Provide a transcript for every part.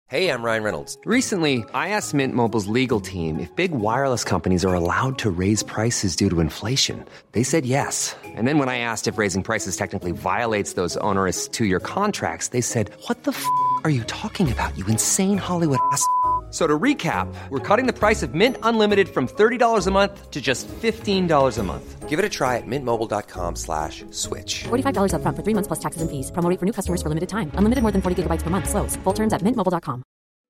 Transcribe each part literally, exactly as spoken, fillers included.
Hey, I'm Ryan Reynolds. Recently, I asked Mint Mobile's legal team if big wireless companies are allowed to raise prices due to inflation. They said yes. And then when I asked if raising prices technically violates those onerous two-year contracts, they said, what the f*** are you talking about, you insane Hollywood ass f- So to recap, we're cutting the price of Mint Unlimited from thirty dollars a month to just fifteen dollars a month. Give it a try at mintmobile.com slash switch. forty-five dollars up front for three months plus taxes and fees. Promo rate for new customers for limited time. Unlimited more than forty gigabytes per month. Slows full terms at mint mobile dot com.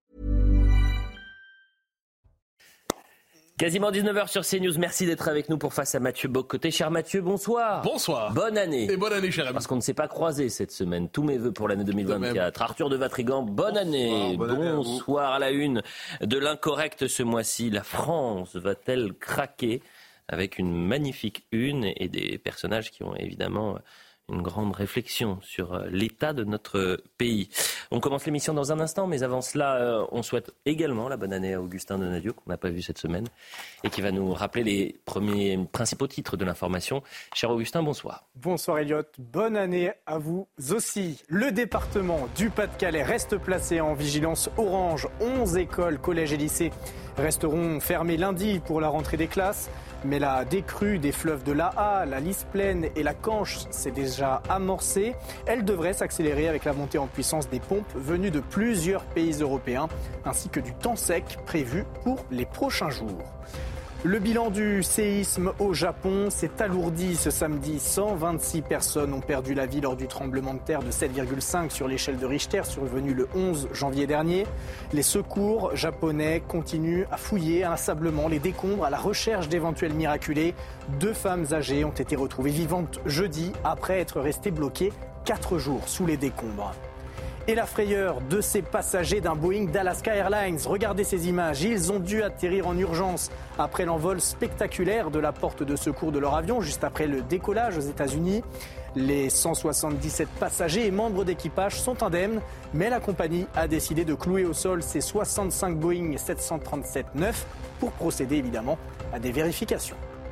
Quasiment dix-neuf heures sur CNews. Merci d'être avec nous pour Face à Mathieu Bock-Côté. Cher Mathieu, bonsoir. Bonsoir. Bonne année. Et bonne année, cher ami. Parce qu'on ne s'est pas croisé cette semaine. Tous mes vœux pour l'année deux mille vingt-quatre. Arthur de Vatrigan, bonne bonsoir, année. Bonne année bonsoir à, à la une de l'incorrect ce mois-ci. La France va-t-elle craquer avec une magnifique une et des personnages qui ont évidemment une grande réflexion sur l'état de notre pays. On commence l'émission dans un instant, mais avant cela, on souhaite également la bonne année à Augustin Donadieu, qu'on n'a pas vu cette semaine, et qui va nous rappeler les premiers principaux titres de l'information. Cher Augustin, bonsoir. Bonsoir Elliot, bonne année à vous aussi. Le département du Pas-de-Calais reste placé en vigilance orange. onze écoles, collèges et lycées resteront fermées lundi pour la rentrée des classes. Mais la décrue des fleuves de l'A A, la Lys Plaine et la Canche s'est déjà amorcée. Elle devrait s'accélérer avec la montée en puissance des pompes venues de plusieurs pays européens, ainsi que du temps sec prévu pour les prochains jours. Le bilan du séisme au Japon s'est alourdi ce samedi. cent vingt-six personnes ont perdu la vie lors du tremblement de terre de sept virgule cinq sur l'échelle de Richter survenu le onze janvier dernier. Les secours japonais continuent à fouiller inlassablement les décombres à la recherche d'éventuels miraculés. Deux femmes âgées ont été retrouvées vivantes jeudi après être restées bloquées quatre jours sous les décombres. Et la frayeur de ces passagers d'un Boeing d'Alaska Airlines. Regardez ces images, ils ont dû atterrir en urgence après l'envol spectaculaire de la porte de secours de leur avion, juste après le décollage aux États-Unis. Les cent soixante-dix-sept passagers et membres d'équipage sont indemnes, mais la compagnie a décidé de clouer au sol ses soixante-cinq Boeing sept cent trente-sept neufs pour procéder évidemment à des vérifications.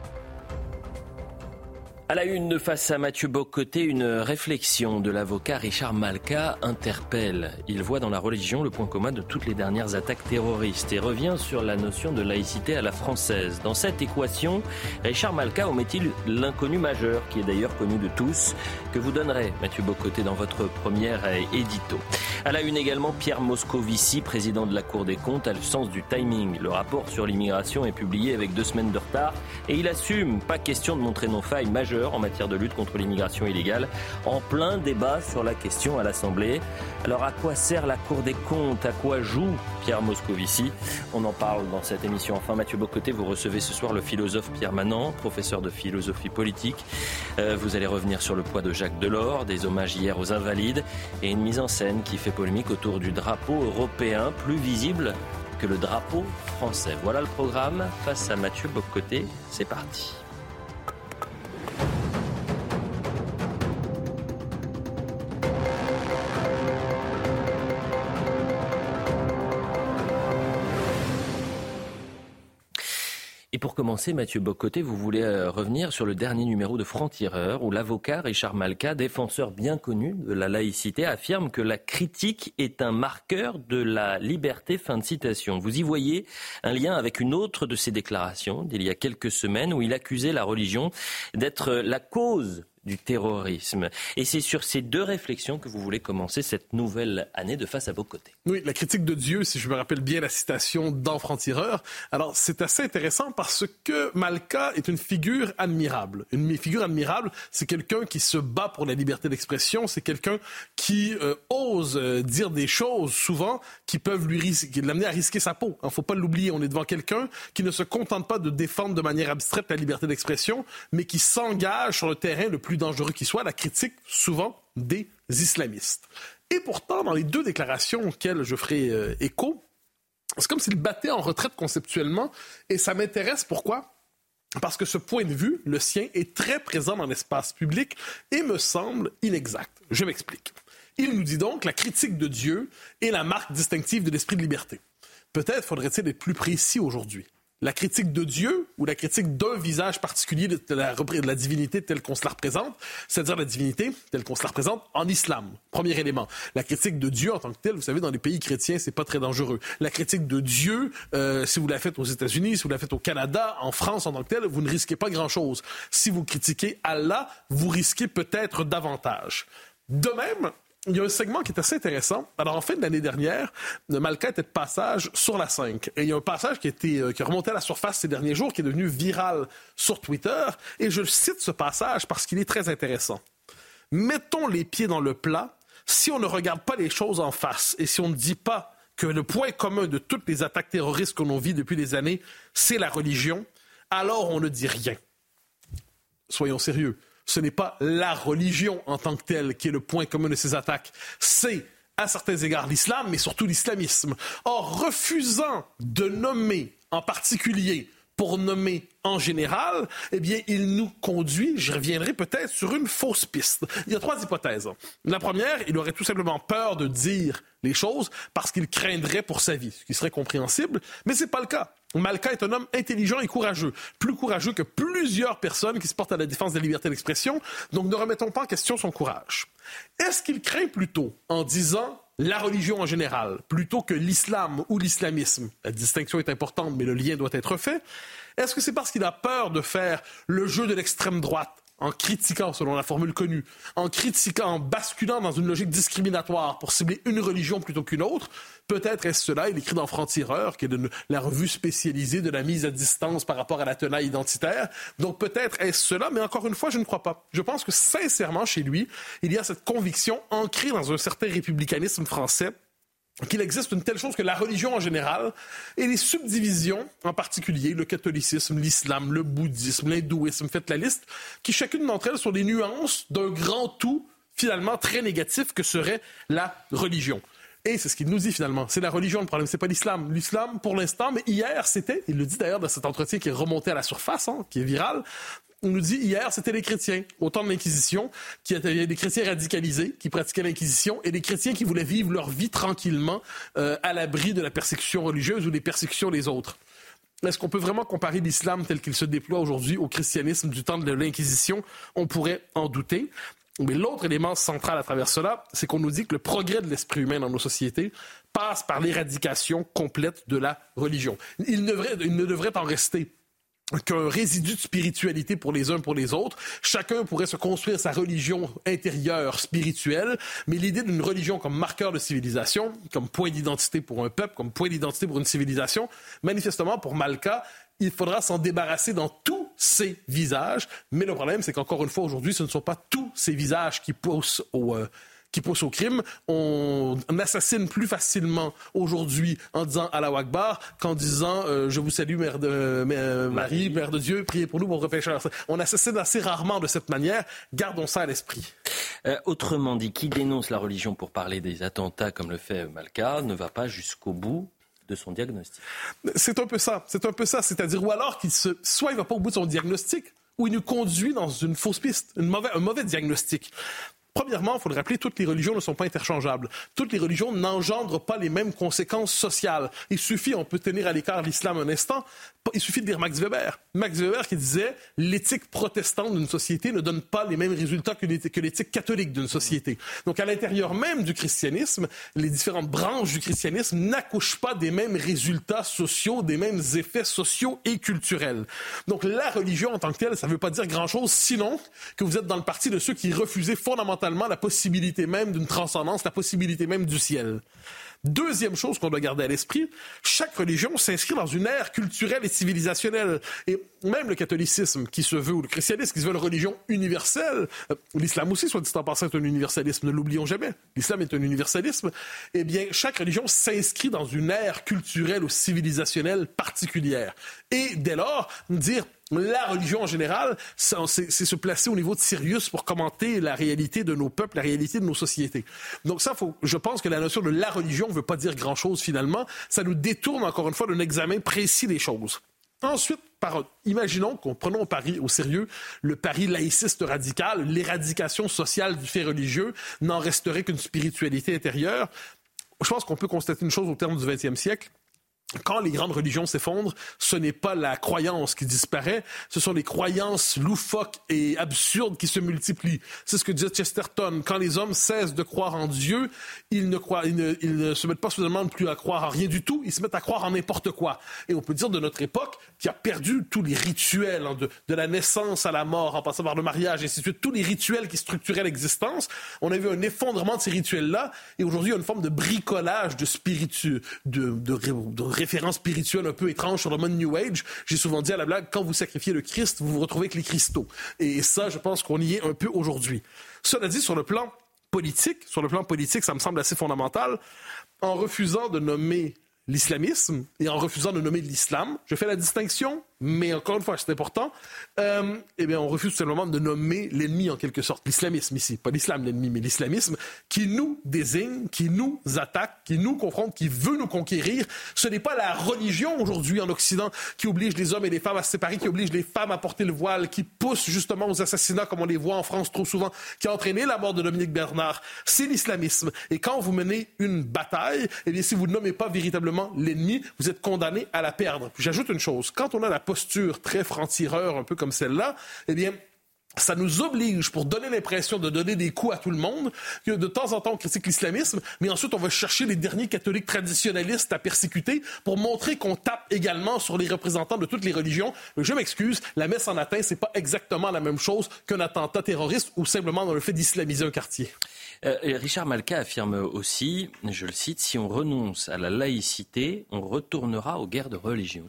À la une, face à Mathieu Bock-Côté, une réflexion de l'avocat Richard Malka interpelle. Il voit dans la religion le point commun de toutes les dernières attaques terroristes et revient sur la notion de laïcité à la française. Dans cette équation, Richard Malka omet-il l'inconnu majeur, qui est d'ailleurs connu de tous, que vous donnerez, Mathieu Bock-Côté, dans votre première édito. À la une également, Pierre Moscovici, président de la Cour des comptes, a le sens du timing. Le rapport sur l'immigration est publié avec deux semaines de retard et il assume, pas question de montrer nos failles majeures en matière de lutte contre l'immigration illégale, en plein débat sur la question à l'Assemblée. Alors à quoi sert la Cour des comptes ? À quoi joue Pierre Moscovici ? On en parle dans cette émission. Enfin, Mathieu Bock-Côté, vous recevez ce soir le philosophe Pierre Manant, professeur de philosophie politique. Euh, vous allez revenir sur le poids de Jacques Delors, des hommages hier aux Invalides et une mise en scène qui fait polémique autour du drapeau européen, plus visible que le drapeau français. Voilà le programme. Face à Mathieu Bock-Côté, c'est parti. Et pour commencer, Mathieu Bock-Côté, vous voulez euh, revenir sur le dernier numéro de Franc-Tireur où l'avocat Richard Malka, défenseur bien connu de la laïcité, affirme que la critique est un marqueur de la liberté. Fin de citation. Vous y voyez un lien avec une autre de ses déclarations d'il y a quelques semaines où il accusait la religion d'être la cause du terrorisme. Et c'est sur ces deux réflexions que vous voulez commencer cette nouvelle année de Face à Bock-Côté. Oui, la critique de Dieu, si je me rappelle bien la citation dans Franc-Tireur. Alors, c'est assez intéressant parce que Malka est une figure admirable. Une figure admirable, c'est quelqu'un qui se bat pour la liberté d'expression, c'est quelqu'un qui euh, ose euh, dire des choses, souvent, qui peuvent lui ris- qui l'amener à risquer sa peau. Il ne faut pas l'oublier, on est devant quelqu'un qui ne se contente pas de défendre de manière abstraite la liberté d'expression, mais qui s'engage sur le terrain le plus dangereux qui soit, la critique souvent des islamistes. Et pourtant, dans les deux déclarations auxquelles je ferai euh, écho, c'est comme s'il battait en retraite conceptuellement, et ça m'intéresse. Pourquoi? Parce que ce point de vue, le sien, est très présent dans l'espace public et me semble inexact. Je m'explique. Il nous dit donc que la critique de Dieu est la marque distinctive de l'esprit de liberté. Peut-être faudrait-il être plus précis aujourd'hui. la critique de Dieu ou la critique d'un visage particulier de la, de la divinité telle qu'on se la représente, c'est-à-dire la divinité telle qu'on se la représente en islam. Premier élément. La critique de Dieu en tant que telle, vous savez, dans les pays chrétiens, c'est pas très dangereux. La critique de Dieu, euh, si vous la faites aux États-Unis, si vous la faites au Canada, en France en tant que telle, vous ne risquez pas grand-chose. Si vous critiquez Allah, vous risquez peut-être davantage. De même, il y a un segment qui est assez intéressant. Alors, en fin de l'année dernière, Malka était de passage sur la cinq. Et il y a un passage qui a, été, qui a remonté à la surface ces derniers jours, qui est devenu viral sur Twitter. Et je cite ce passage parce qu'il est très intéressant. « Mettons les pieds dans le plat. Si on ne regarde pas les choses en face et si on ne dit pas que le point commun de toutes les attaques terroristes que l'on vit depuis des années, c'est la religion, alors on ne dit rien. » Soyons sérieux. Ce n'est pas la religion en tant que telle qui est le point commun de ces attaques. C'est, à certains égards, l'islam, mais surtout l'islamisme. Or, refusant de nommer en particulier pour nommer en général, eh bien, il nous conduit, j'y reviendrai peut-être, sur une fausse piste. Il y a trois hypothèses. La première, il aurait tout simplement peur de dire les choses parce qu'il craindrait pour sa vie, ce qui serait compréhensible, mais ce n'est pas le cas. Malka est un homme intelligent et courageux, plus courageux que plusieurs personnes qui se portent à la défense de la liberté d'expression, donc ne remettons pas en question son courage. Est-ce qu'il craint plutôt en disant la religion en général, plutôt que l'islam ou l'islamisme? La distinction est importante, mais le lien doit être fait. Est-ce que c'est parce qu'il a peur de faire le jeu de l'extrême droite, en critiquant, selon la formule connue, en critiquant, en basculant dans une logique discriminatoire pour cibler une religion plutôt qu'une autre? Peut-être est-ce cela, il écrit dans Franc-Tireur, qui est de la revue spécialisée de la mise à distance par rapport à la tenaille identitaire. Donc peut-être est-ce cela, mais encore une fois, je ne crois pas. Je pense que sincèrement, chez lui, il y a cette conviction ancrée dans un certain républicanisme français qu'il existe une telle chose que la religion en général et les subdivisions, en particulier le catholicisme, l'islam, le bouddhisme, l'hindouisme, faites la liste, qui chacune d'entre elles sont des nuances d'un grand tout finalement très négatif que serait la religion. Et c'est ce qu'il nous dit finalement. C'est la religion le problème, c'est pas l'islam. L'islam, pour l'instant, mais hier, c'était, il le dit d'ailleurs dans cet entretien qui est remonté à la surface, hein, qui est viral, on nous dit hier, c'était les chrétiens, au temps de l'Inquisition, qui étaient des chrétiens radicalisés, qui pratiquaient l'Inquisition, et des chrétiens qui voulaient vivre leur vie tranquillement euh, à l'abri de la persécution religieuse ou des persécutions des autres. Est-ce qu'on peut vraiment comparer l'islam tel qu'il se déploie aujourd'hui au christianisme du temps de l'Inquisition? On pourrait en douter. Mais l'autre élément central à travers cela, c'est qu'on nous dit que le progrès de l'esprit humain dans nos sociétés passe par l'éradication complète de la religion. Il ne devrait, il ne devrait en rester qu'un résidu de spiritualité pour les uns pour les autres. Chacun pourrait se construire sa religion intérieure spirituelle, mais l'idée d'une religion comme marqueur de civilisation, comme point d'identité pour un peuple, comme point d'identité pour une civilisation, manifestement pour Malka, il faudra s'en débarrasser dans tous ces visages. Mais le problème, c'est qu'encore une fois, aujourd'hui, ce ne sont pas tous ces visages qui poussent au... Euh, qui pousse au crime. On assassine plus facilement aujourd'hui en disant Allahu Akbar qu'en disant euh, je vous salue, Mère de euh, Marie, Mère de Dieu, priez pour nous, pauvres pécheurs. On assassine assez rarement de cette manière. Gardons ça à l'esprit. Euh, autrement dit, qui dénonce la religion pour parler des attentats comme le fait Malka ne va pas jusqu'au bout de son diagnostic. C'est un peu ça. C'est un peu ça. C'est-à-dire, ou alors qu'il se, soit il va pas au bout de son diagnostic, ou il nous conduit dans une fausse piste, une mauvaise, un mauvais diagnostic. Premièrement, il faut le rappeler, toutes les religions ne sont pas interchangeables. Toutes les religions n'engendrent pas les mêmes conséquences sociales. Il suffit, on peut tenir à l'écart l'islam un instant, il suffit de lire Max Weber. Max Weber qui disait « L'éthique protestante d'une société ne donne pas les mêmes résultats que l'éthique, que l'éthique catholique d'une société. » Donc à l'intérieur même du christianisme, les différentes branches du christianisme n'accouchent pas des mêmes résultats sociaux, des mêmes effets sociaux et culturels. Donc la religion en tant que telle, ça ne veut pas dire grand-chose, sinon que vous êtes dans le parti de ceux qui refusaient fondamentalement la possibilité même d'une transcendance, la possibilité même du ciel. Deuxième chose qu'on doit garder à l'esprit, chaque religion s'inscrit dans une ère culturelle et civilisationnelle. Et même le catholicisme qui se veut, ou le christianisme qui se veut une religion universelle, euh, l'islam aussi, soit dit en passant, est un universalisme, ne l'oublions jamais. L'islam est un universalisme. Eh bien, chaque religion s'inscrit dans une ère culturelle ou civilisationnelle particulière. Et dès lors, dire la religion en général, c'est, c'est, c'est se placer au niveau de Sirius pour commenter la réalité de nos peuples, la réalité de nos sociétés. Donc ça, faut, je pense que la notion de la religion ne veut pas dire grand-chose finalement. Ça nous détourne encore une fois d'un examen précis des choses. Ensuite, par, imaginons qu'on prenons au pari au sérieux le pari laïciste radical, l'éradication sociale du fait religieux n'en resterait qu'une spiritualité intérieure. Je pense qu'on peut constater une chose au terme du vingtième siècle. quand les grandes religions s'effondrent, ce n'est pas la croyance qui disparaît, ce sont les croyances loufoques et absurdes qui se multiplient. C'est ce que disait Chesterton. Quand les hommes cessent de croire en Dieu, ils ne, croient, ils ne, ils ne se mettent pas seulement plus à croire en rien du tout, ils se mettent à croire en n'importe quoi. Et on peut dire de notre époque qui a perdu tous les rituels, hein, de, de la naissance à la mort, en passant par le mariage, et ainsi de suite, tous les rituels qui structuraient l'existence. On a vu un effondrement de ces rituels-là, et aujourd'hui, il y a une forme de bricolage de spiritu, de, de, de, de référence spirituelle un peu étrange sur le monde New Age. J'ai souvent dit à la blague, quand vous sacrifiez le Christ, vous vous retrouvez avec les cristaux. Et ça, je pense qu'on y est un peu aujourd'hui. Cela dit, sur le plan politique, sur le plan politique, ça me semble assez fondamental, en refusant de nommer l'islamisme et en refusant de nommer l'islam, je fais la distinction, mais encore une fois, c'est important, euh, eh bien, on refuse tout simplement de nommer l'ennemi en quelque sorte, l'islamisme ici, pas l'islam l'ennemi, mais l'islamisme, qui nous désigne, qui nous attaque, qui nous confronte, qui veut nous conquérir. Ce n'est pas la religion aujourd'hui en Occident qui oblige les hommes et les femmes à se séparer, qui oblige les femmes à porter le voile, qui pousse justement aux assassinats comme on les voit en France trop souvent, qui a entraîné la mort de Dominique Bernard. C'est l'islamisme. Et quand vous menez une bataille, eh bien, si vous ne nommez pas véritablement l'ennemi, vous êtes condamné à la perdre. Puis j'ajoute une chose, quand on a la posture très franc-tireur, un peu comme celle-là, eh bien, ça nous oblige, pour donner l'impression de donner des coups à tout le monde, que de temps en temps on critique l'islamisme, mais ensuite on va chercher les derniers catholiques traditionnalistes à persécuter pour montrer qu'on tape également sur les représentants de toutes les religions. Mais je m'excuse, la messe en latin, c'est pas exactement la même chose qu'un attentat terroriste ou simplement dans le fait d'islamiser un quartier. Euh, Richard Malka affirme aussi, je le cite, si on renonce à la laïcité, on retournera aux guerres de religion.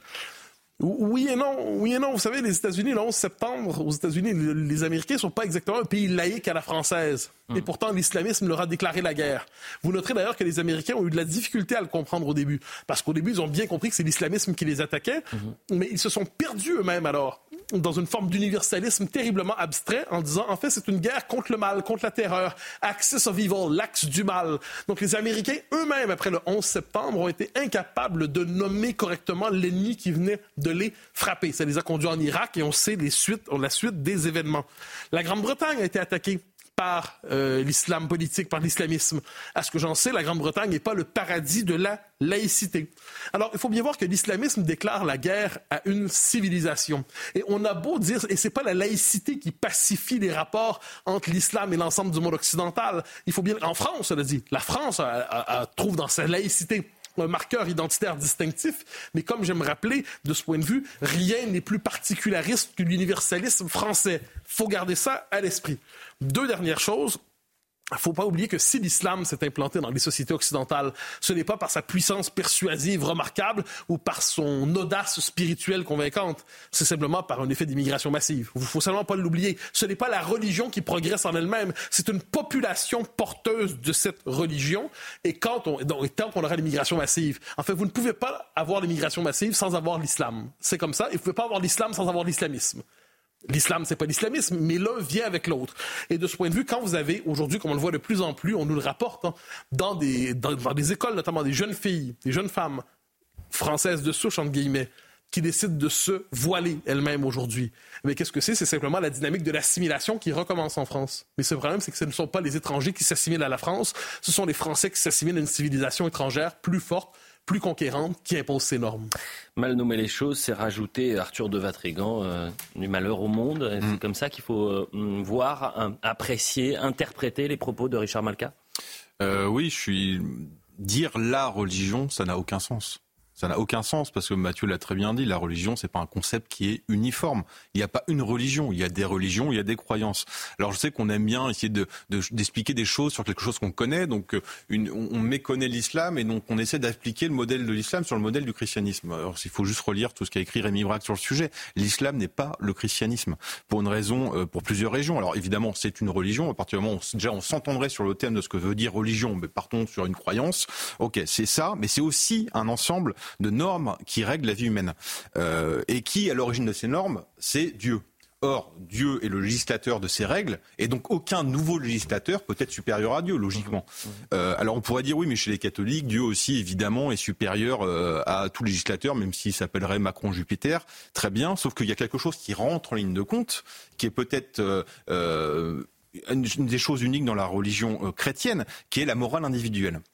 Oui et non, oui et non. Vous savez, les États-Unis, le onze septembre, aux États-Unis, les Américains ne sont pas exactement un pays laïque à la française. Mmh. Et pourtant, l'islamisme leur a déclaré la guerre. Vous noterez d'ailleurs que les Américains ont eu de la difficulté à le comprendre au début. Parce qu'au début, ils ont bien compris que c'est l'islamisme qui les attaquait. Mmh. Mais ils se sont perdus eux-mêmes alors, dans une forme d'universalisme terriblement abstrait, en disant, en fait, c'est une guerre contre le mal, contre la terreur. Axis of evil, l'axe du mal. Donc les Américains eux-mêmes, après le onze septembre, ont été incapables de nommer correctement l'ennemi qui venait de les frapper. Ça les a conduits en Irak et on sait les suites, la suite des événements. La Grande-Bretagne a été attaquée par euh, l'islam politique, par l'islamisme. À ce que j'en sais, la Grande-Bretagne n'est pas le paradis de la laïcité. Alors, il faut bien voir que l'islamisme déclare la guerre à une civilisation. Et on a beau dire, et c'est pas la laïcité qui pacifie les rapports entre l'islam et l'ensemble du monde occidental. Il faut bien, en France, on l'a dit, la France a, a, a, trouve dans sa laïcité un marqueur identitaire distinctif, mais comme j'aime rappeler, de ce point de vue, rien n'est plus particulariste que l'universalisme français. Il faut garder ça à l'esprit. Deux dernières choses. Il ne faut pas oublier que si l'islam s'est implanté dans les sociétés occidentales, ce n'est pas par sa puissance persuasive remarquable ou par son audace spirituelle convaincante. C'est simplement par un effet d'immigration massive. Il ne faut seulement pas l'oublier. Ce n'est pas la religion qui progresse en elle-même. C'est une population porteuse de cette religion. Et, quand on, donc, tant qu'on aura l'immigration massive, en fait, vous ne pouvez pas avoir l'immigration massive sans avoir l'islam. C'est comme ça. Et vous ne pouvez pas avoir l'islam sans avoir l'islamisme. L'islam, c'est pas l'islamisme, mais l'un vient avec l'autre. Et de ce point de vue, quand vous avez aujourd'hui, comme on le voit de plus en plus, on nous le rapporte, hein, dans, des, dans, dans des écoles, notamment des jeunes filles, des jeunes femmes françaises de souche, entre guillemets, qui décident de se voiler elles-mêmes aujourd'hui. Mais qu'est-ce que c'est? C'est simplement la dynamique de l'assimilation qui recommence en France. Mais ce problème, c'est que ce ne sont pas les étrangers qui s'assimilent à la France, ce sont les Français qui s'assimilent à une civilisation étrangère plus forte, plus conquérante, qui impose ses normes. Mal nommer les choses, c'est rajouter Arthur de Vatrigan, euh, du malheur au monde. Mmh. C'est comme ça qu'il faut euh, voir, euh, apprécier, interpréter les propos de Richard Malka. euh, Oui, je suis... Dire la religion, ça n'a aucun sens. Ça n'a aucun sens parce que Mathieu l'a très bien dit, la religion, c'est pas un concept qui est uniforme. Il n'y a pas une religion, il y a des religions, il y a des croyances. Alors je sais qu'on aime bien essayer de, de, d'expliquer des choses sur quelque chose qu'on connaît, donc une, on méconnaît l'islam et donc on essaie d'appliquer le modèle de l'islam sur le modèle du christianisme. Alors il faut juste relire tout ce qu'a écrit Rémi Braque sur le sujet. L'islam n'est pas le christianisme, pour une raison, pour plusieurs raisons. Alors évidemment, c'est une religion, à partir du moment où déjà on s'entendrait sur le thème de ce que veut dire religion, mais partons sur une croyance, ok, c'est ça, mais c'est aussi un ensemble de normes qui règlent la vie humaine. Euh, et qui, à l'origine de ces normes, c'est Dieu. Or, Dieu est le législateur de ces règles, et donc aucun nouveau législateur peut être supérieur à Dieu, logiquement. Euh, alors on pourrait dire, oui, mais chez les catholiques, Dieu aussi, évidemment, est supérieur euh, à tout législateur, même s'il s'appellerait Macron-Jupiter. Très bien, sauf qu'il y a quelque chose qui rentre en ligne de compte, qui est peut-être... Euh, euh, une des choses uniques dans la religion euh, chrétienne, qui est la morale individuelle.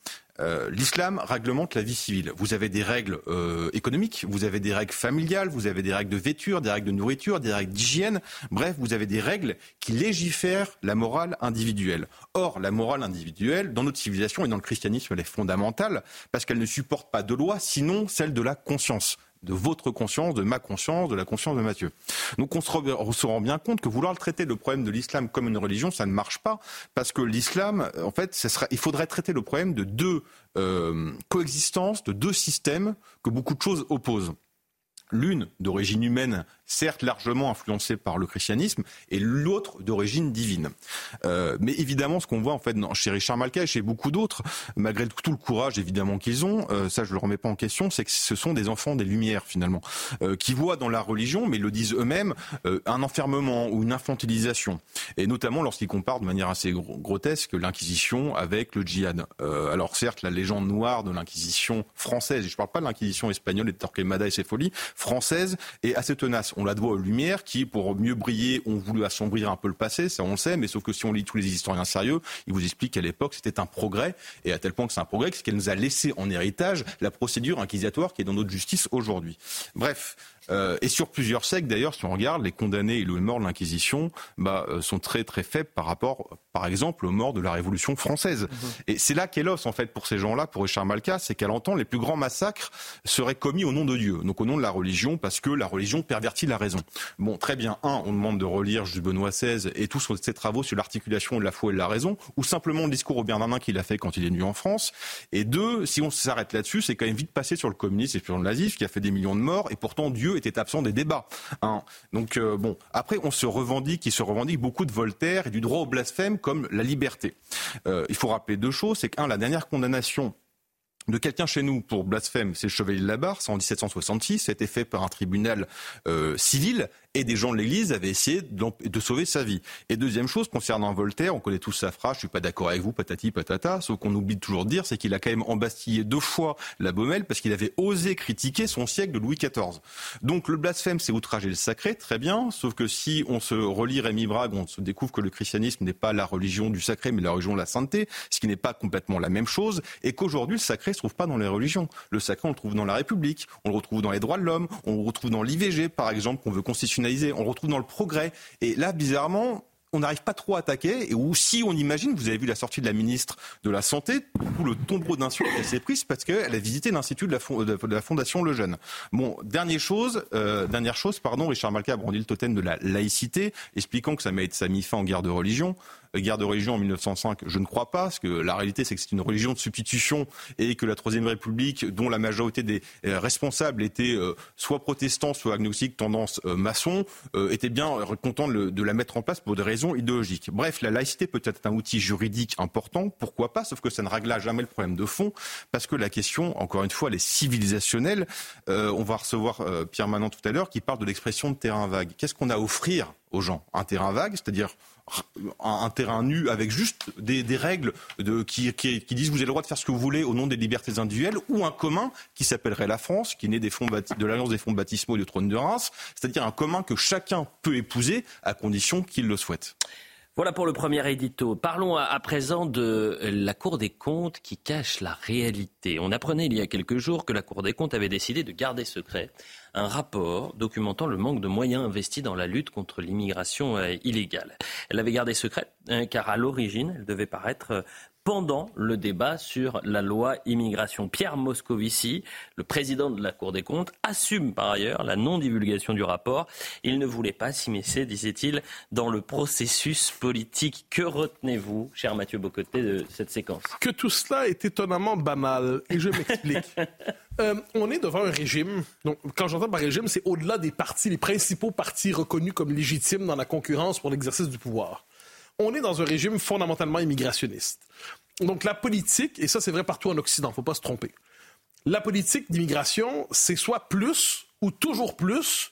Euh, l'islam réglemente la vie civile. Vous avez des règles euh, économiques, vous avez des règles familiales, vous avez des règles de vêture, des règles de nourriture, des règles d'hygiène. Bref, vous avez des règles qui légifèrent la morale individuelle. Or, la morale individuelle, dans notre civilisation et dans le christianisme, elle est fondamentale parce qu'elle ne supporte pas de loi, sinon celle de la conscience. De votre conscience, de ma conscience, de la conscience de Mathieu. Donc on se, re- on se rend bien compte que vouloir traiter le problème de l'islam comme une religion, ça ne marche pas, parce que l'islam, en fait, ça sera, il faudrait traiter le problème de deux euh, coexistences, de deux systèmes que beaucoup de choses opposent. L'une d'origine humaine, certes largement influencée par le christianisme, et l'autre d'origine divine. Euh, mais évidemment, ce qu'on voit en fait chez Richard Malka et chez beaucoup d'autres, malgré tout le courage évidemment qu'ils ont, euh, ça je le remets pas en question, c'est que ce sont des enfants des Lumières finalement, euh, qui voient dans la religion, mais ils le disent eux-mêmes, euh, un enfermement ou une infantilisation. Et notamment lorsqu'ils comparent de manière assez gr- grotesque l'Inquisition avec le djihad. Euh, alors certes, la légende noire de l'Inquisition française, et je parle pas de l'Inquisition espagnole et de Torquemada et ses folies, française est assez tenace. On la doit aux Lumières qui, pour mieux briller, ont voulu assombrir un peu le passé, ça on le sait, mais sauf que si on lit tous les historiens sérieux, ils vous expliquent qu'à l'époque c'était un progrès, et à tel point que c'est un progrès, c'est qu'elle nous a laissé en héritage la procédure inquisitoire qui est dans notre justice aujourd'hui. Bref. Euh, et sur plusieurs siècles, d'ailleurs, si on regarde, les condamnés et les morts de l'Inquisition bah, euh, sont très très faibles par rapport, par exemple, aux morts de la Révolution française. Mmh. Et c'est là qu'est l'os, en fait, pour ces gens-là, pour Richard Malka, c'est qu'à l'entend, les plus grands massacres seraient commis au nom de Dieu, donc au nom de la religion, parce que la religion pervertit la raison. Bon, très bien, un, on demande de relire Jules Benoît seize et tous ses travaux sur l'articulation de la foi et de la raison, ou simplement le discours au Bernardin qu'il a fait quand il est venu en France. Et deux, si on s'arrête là-dessus, c'est quand même vite passé sur le communisme et sur le nazisme, qui a fait des millions de morts, et pourtant Dieu était absent des débats. Hein. Donc euh, bon, après on se revendique, il se revendique beaucoup de Voltaire et du droit au blasphème comme la liberté. Euh, il faut rappeler deux choses, c'est qu'un, la dernière condamnation de quelqu'un chez nous pour blasphème, c'est le Chevalier de la Barre, c'est en dix-sept cent soixante-six, ça a été fait par un tribunal euh, civil, et des gens de l'Église avaient essayé de, de sauver sa vie. Et deuxième chose, concernant Voltaire, on connaît tous sa phrase, je suis pas d'accord avec vous, patati patata, ce qu'on oublie toujours de dire, c'est qu'il a quand même embastillé deux fois la Baumelle parce qu'il avait osé critiquer son siècle de Louis quatorze. Donc le blasphème, c'est outrager le sacré, très bien, sauf que si on se relit Rémi Brague, on se découvre que le christianisme n'est pas la religion du sacré, mais la religion de la sainteté, ce qui n'est pas complètement la même chose, et qu'aujourd'hui, le sacré ne se trouve pas dans les religions. Le sacré, on le trouve dans la République, on le retrouve dans les droits de l'homme, on le retrouve dans l'I V G, par exemple, qu'on veut constitutionnaliser, on le retrouve dans le progrès. Et là, bizarrement, on n'arrive pas trop à attaquer, et ou si on imagine, vous avez vu la sortie de la ministre de la Santé, tout le tombeau d'insultes qu'elle s'est prise parce qu'elle a visité l'Institut de la, fond, de la Fondation Lejeune. Bon, dernière chose, euh, dernière chose, pardon, Richard Malka a brandi le totem de la laïcité, expliquant que ça m'a, ça a mis fin en guerre de religion. Guerre de religion en mille neuf cent cinq, je ne crois pas, parce que la réalité c'est que c'est une religion de substitution et que la Troisième République, dont la majorité des euh, responsables étaient euh, soit protestants, soit agnostiques, tendance euh, maçon, euh, étaient bien contents de, de la mettre en place pour des raisons idéologiques. Bref, la laïcité peut être un outil juridique important, pourquoi pas, sauf que ça ne réglera jamais le problème de fond, parce que la question, encore une fois, elle est civilisationnelle. Euh, on va recevoir euh, Pierre Manant tout à l'heure qui parle de l'expression de terrain vague. Qu'est-ce qu'on a à offrir aux gens? Un terrain vague, c'est-à-dire un, un terrain nu avec juste des, des règles de, qui, qui, qui disent vous avez le droit de faire ce que vous voulez au nom des libertés individuelles, ou un commun qui s'appellerait la France, qui est né des fonds bâti- de l'Alliance des fonds baptismaux et du trône de Reims, c'est-à-dire un commun que chacun peut épouser à condition qu'il le souhaite. Voilà pour le premier édito. Parlons à, à présent de la Cour des comptes qui cache la réalité. On apprenait il y a quelques jours que la Cour des comptes avait décidé de garder secret un rapport documentant le manque de moyens investis dans la lutte contre l'immigration euh, illégale. Elle l'avait gardé secret hein, car à l'origine, elle devait paraître euh, pendant le débat sur la loi immigration. Pierre Moscovici, le président de la Cour des comptes, assume par ailleurs la non-divulgation du rapport. Il ne voulait pas s'immiscer, disait-il, dans le processus politique. Que retenez-vous, cher Mathieu Bocoté, de cette séquence? Que tout cela est étonnamment banal, et je m'explique. euh, on est devant un régime, donc quand j'entends par régime, c'est au-delà des partis, les principaux partis reconnus comme légitimes dans la concurrence pour l'exercice du pouvoir. On est dans un régime fondamentalement immigrationniste. Donc la politique, et ça c'est vrai partout en Occident, il ne faut pas se tromper, la politique d'immigration, c'est soit plus, ou toujours plus,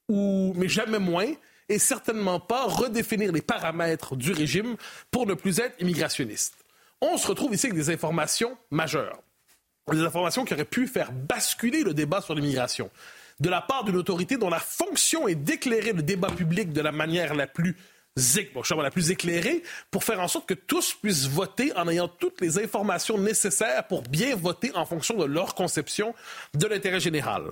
ou mais jamais moins, et certainement pas redéfinir les paramètres du régime pour ne plus être immigrationniste. On se retrouve ici avec des informations majeures, des informations qui auraient pu faire basculer le débat sur l'immigration, de la part d'une autorité dont la fonction est d'éclairer le débat public de la manière la plus bon, je la plus éclairée, pour faire en sorte que tous puissent voter en ayant toutes les informations nécessaires pour bien voter en fonction de leur conception de l'intérêt général.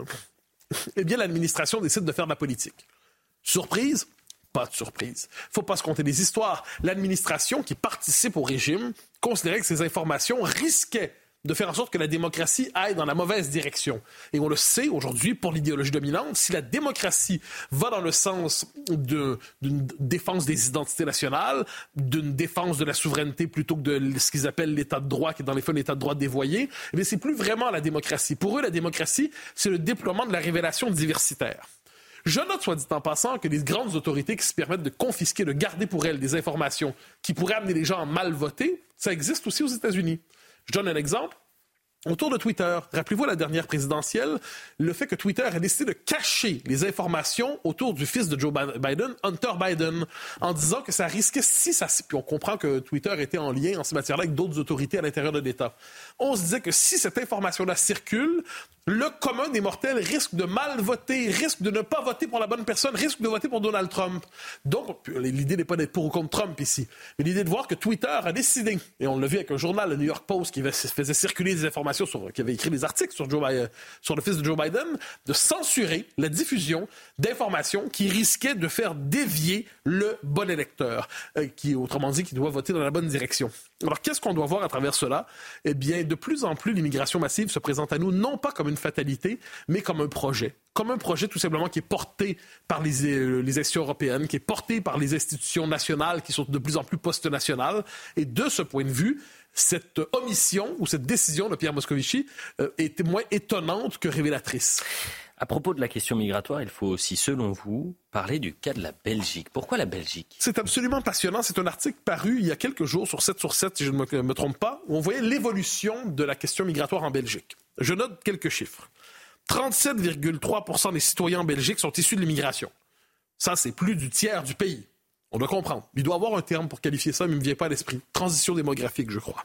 Eh bien, l'administration décide de faire de la politique. Surprise? Pas de surprise. Faut pas se compter des histoires. L'administration qui participe au régime considérait que ces informations risquaient de faire en sorte que la démocratie aille dans la mauvaise direction. Et on le sait aujourd'hui, pour l'idéologie dominante, si la démocratie va dans le sens de, d'une défense des identités nationales, d'une défense de la souveraineté plutôt que de ce qu'ils appellent l'état de droit, qui est dans les faits un état de droit dévoyé, eh bien, c'est plus vraiment la démocratie. Pour eux, la démocratie, c'est le déploiement de la révélation diversitaire. Je note, soit dit en passant, que les grandes autorités qui se permettent de confisquer, de garder pour elles des informations qui pourraient amener les gens à mal voter, ça existe aussi aux États-Unis. Je donne un exemple. Autour de Twitter, rappelez-vous la dernière présidentielle, le fait que Twitter a décidé de cacher les informations autour du fils de Joe Biden, Hunter Biden, en disant que ça risquait, si ça... Puis on comprend que Twitter était en lien en ces matières-là avec d'autres autorités à l'intérieur de l'État. On se disait que si cette information-là circule, le commun des mortels risque de mal voter, risque de ne pas voter pour la bonne personne, risque de voter pour Donald Trump. Donc, l'idée n'est pas d'être pour ou contre Trump ici, mais l'idée de voir que Twitter a décidé, et on l'a vu avec un journal, le New York Post, qui faisait circuler des informations sur, qui avait écrit des articles sur, Joe Biden, sur le fils de Joe Biden, de censurer la diffusion d'informations qui risquaient de faire dévier le bon électeur, euh, qui, autrement dit, qui doit voter dans la bonne direction. Alors, qu'est-ce qu'on doit voir à travers cela? Eh bien, de plus en plus, l'immigration massive se présente à nous non pas comme une fatalité, mais comme un projet. Comme un projet tout simplement qui est porté par les, euh, les institutions européennes, qui est porté par les institutions nationales qui sont de plus en plus post-nationales. Et de ce point de vue, cette omission ou cette décision de Pierre Moscovici euh, est moins étonnante que révélatrice. À propos de la question migratoire, il faut aussi, selon vous, parler du cas de la Belgique. Pourquoi la Belgique? C'est absolument passionnant. C'est un article paru il y a quelques jours sur sept sur sept, si je ne me, me trompe pas, où on voyait l'évolution de la question migratoire en Belgique. Je note quelques chiffres. trente-sept virgule trois pour cent des citoyens en Belgique sont issus de l'immigration. Ça, c'est plus du tiers du pays. On doit comprendre. Il doit y avoir un terme pour qualifier ça, mais il ne me vient pas à l'esprit. Transition démographique, je crois.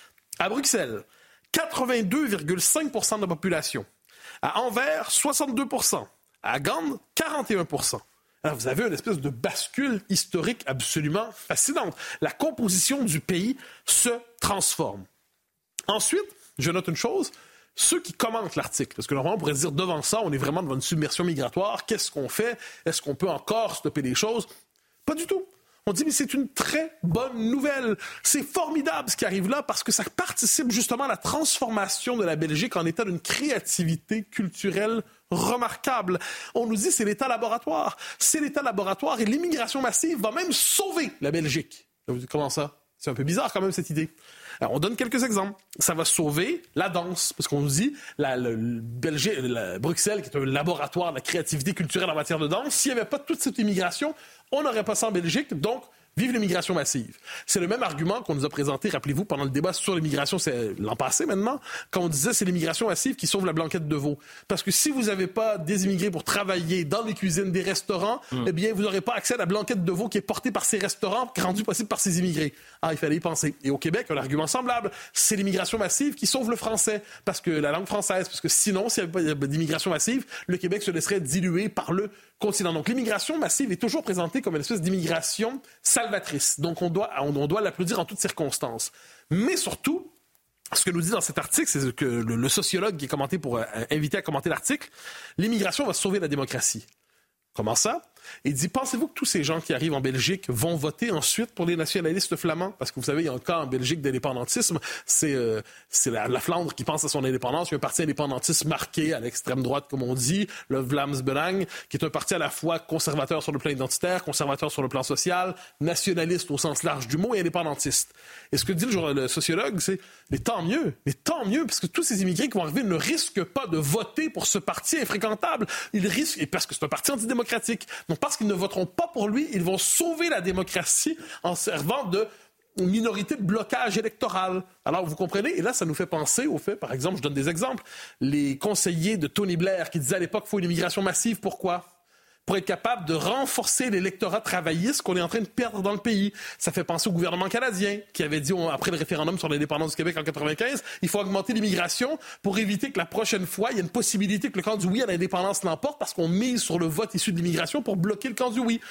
À Bruxelles, quatre-vingt-deux virgule cinq pour cent de la population. À Anvers, soixante-deux pour cent. À Gand, quarante et un pour cent. Alors, vous avez une espèce de bascule historique absolument fascinante. La composition du pays se transforme. Ensuite, je note une chose, ceux qui commentent l'article, parce que normalement, on pourrait se dire, devant ça, on est vraiment devant une submersion migratoire. Qu'est-ce qu'on fait? Est-ce qu'on peut encore stopper les choses? Pas du tout. On dit, mais c'est une très bonne nouvelle. C'est formidable ce qui arrive là parce que ça participe justement à la transformation de la Belgique en état d'une créativité culturelle remarquable. On nous dit, c'est l'état laboratoire. C'est l'état laboratoire et l'immigration massive va même sauver la Belgique. Vous dites, comment ça? C'est un peu bizarre quand même cette idée. Alors, on donne quelques exemples. Ça va sauver la danse, parce qu'on nous dit, la, le, le Belgique, la, Bruxelles, qui est un laboratoire de la créativité culturelle en matière de danse, s'il n'y avait pas toute cette immigration, on n'aurait pas ça en Belgique, donc vive l'immigration massive. C'est le même argument qu'on nous a présenté, rappelez-vous, pendant le débat sur l'immigration, c'est l'an passé maintenant, quand on disait c'est l'immigration massive qui sauve la blanquette de veau. Parce que si vous n'avez pas des immigrés pour travailler dans les cuisines des restaurants, mmh. eh bien, vous n'aurez pas accès à la blanquette de veau qui est portée par ces restaurants, rendue possible par ces immigrés. Ah, il fallait y penser. Et au Québec, un argument semblable, c'est l'immigration massive qui sauve le français, parce que la langue française, parce que sinon, s'il n'y avait pas d'immigration massive, le Québec se laisserait diluer par le continent. Donc, l'immigration massive est toujours présentée comme une espèce d'immigration salvatrice. Donc, on doit, on, on doit l'applaudir en toutes circonstances. Mais surtout, ce que nous dit dans cet article, c'est que le, le sociologue qui est commenté pour euh, inviter à commenter l'article, l'immigration va sauver la démocratie. Comment ça? Il dit, pensez-vous que tous ces gens qui arrivent en Belgique vont voter ensuite pour les nationalistes flamands? Parce que vous savez, il y a un cas en Belgique d'indépendantisme. C'est, euh, c'est la, la Flandre qui pense à son indépendance. Il y a un parti indépendantiste marqué à l'extrême droite, comme on dit, le Vlaams Belang, qui est un parti à la fois conservateur sur le plan identitaire, conservateur sur le plan social, nationaliste au sens large du mot et indépendantiste. Et ce que dit le, le sociologue, c'est, mais tant mieux, mais tant mieux, parce que tous ces immigrés qui vont arriver ne risquent pas de voter pour ce parti infréquentable. Ils risquent, et parce que c'est un parti antidémocratique. Donc, parce qu'ils ne voteront pas pour lui, ils vont sauver la démocratie en servant de minorité de blocage électoral. Alors, vous comprenez? Et là, ça nous fait penser au fait, par exemple, je donne des exemples, les conseillers de Tony Blair qui disaient à l'époque qu'il faut une immigration massive. Pourquoi? Pour être capable de renforcer l'électorat travailliste qu'on est en train de perdre dans le pays. Ça fait penser au gouvernement canadien qui avait dit, après le référendum sur l'indépendance du Québec en quatre-vingt-quinze, il faut augmenter l'immigration pour éviter que la prochaine fois, il y ait une possibilité que le camp du oui à l'indépendance l'emporte parce qu'on mise sur le vote issu de l'immigration pour bloquer le camp du oui.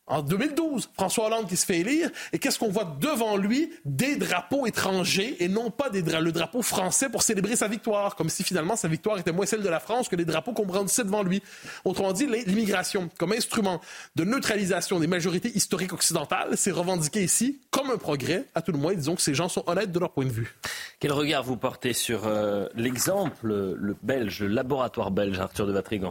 En deux mille douze, François Hollande qui se fait élire, et qu'est-ce qu'on voit devant lui? Des drapeaux étrangers et non pas des dra- le drapeau français pour célébrer sa victoire, comme si finalement sa victoire était moins celle de la France que les drapeaux qu'on brandissait devant lui. Autrement dit, l'immigration comme instrument de neutralisation des majorités historiques occidentales, c'est revendiqué ici comme un progrès. À tout le moins, disons que ces gens sont honnêtes de leur point de vue. Quel regard vous portez sur euh, l'exemple, le belge, le laboratoire belge, Arthur de Vatrigan?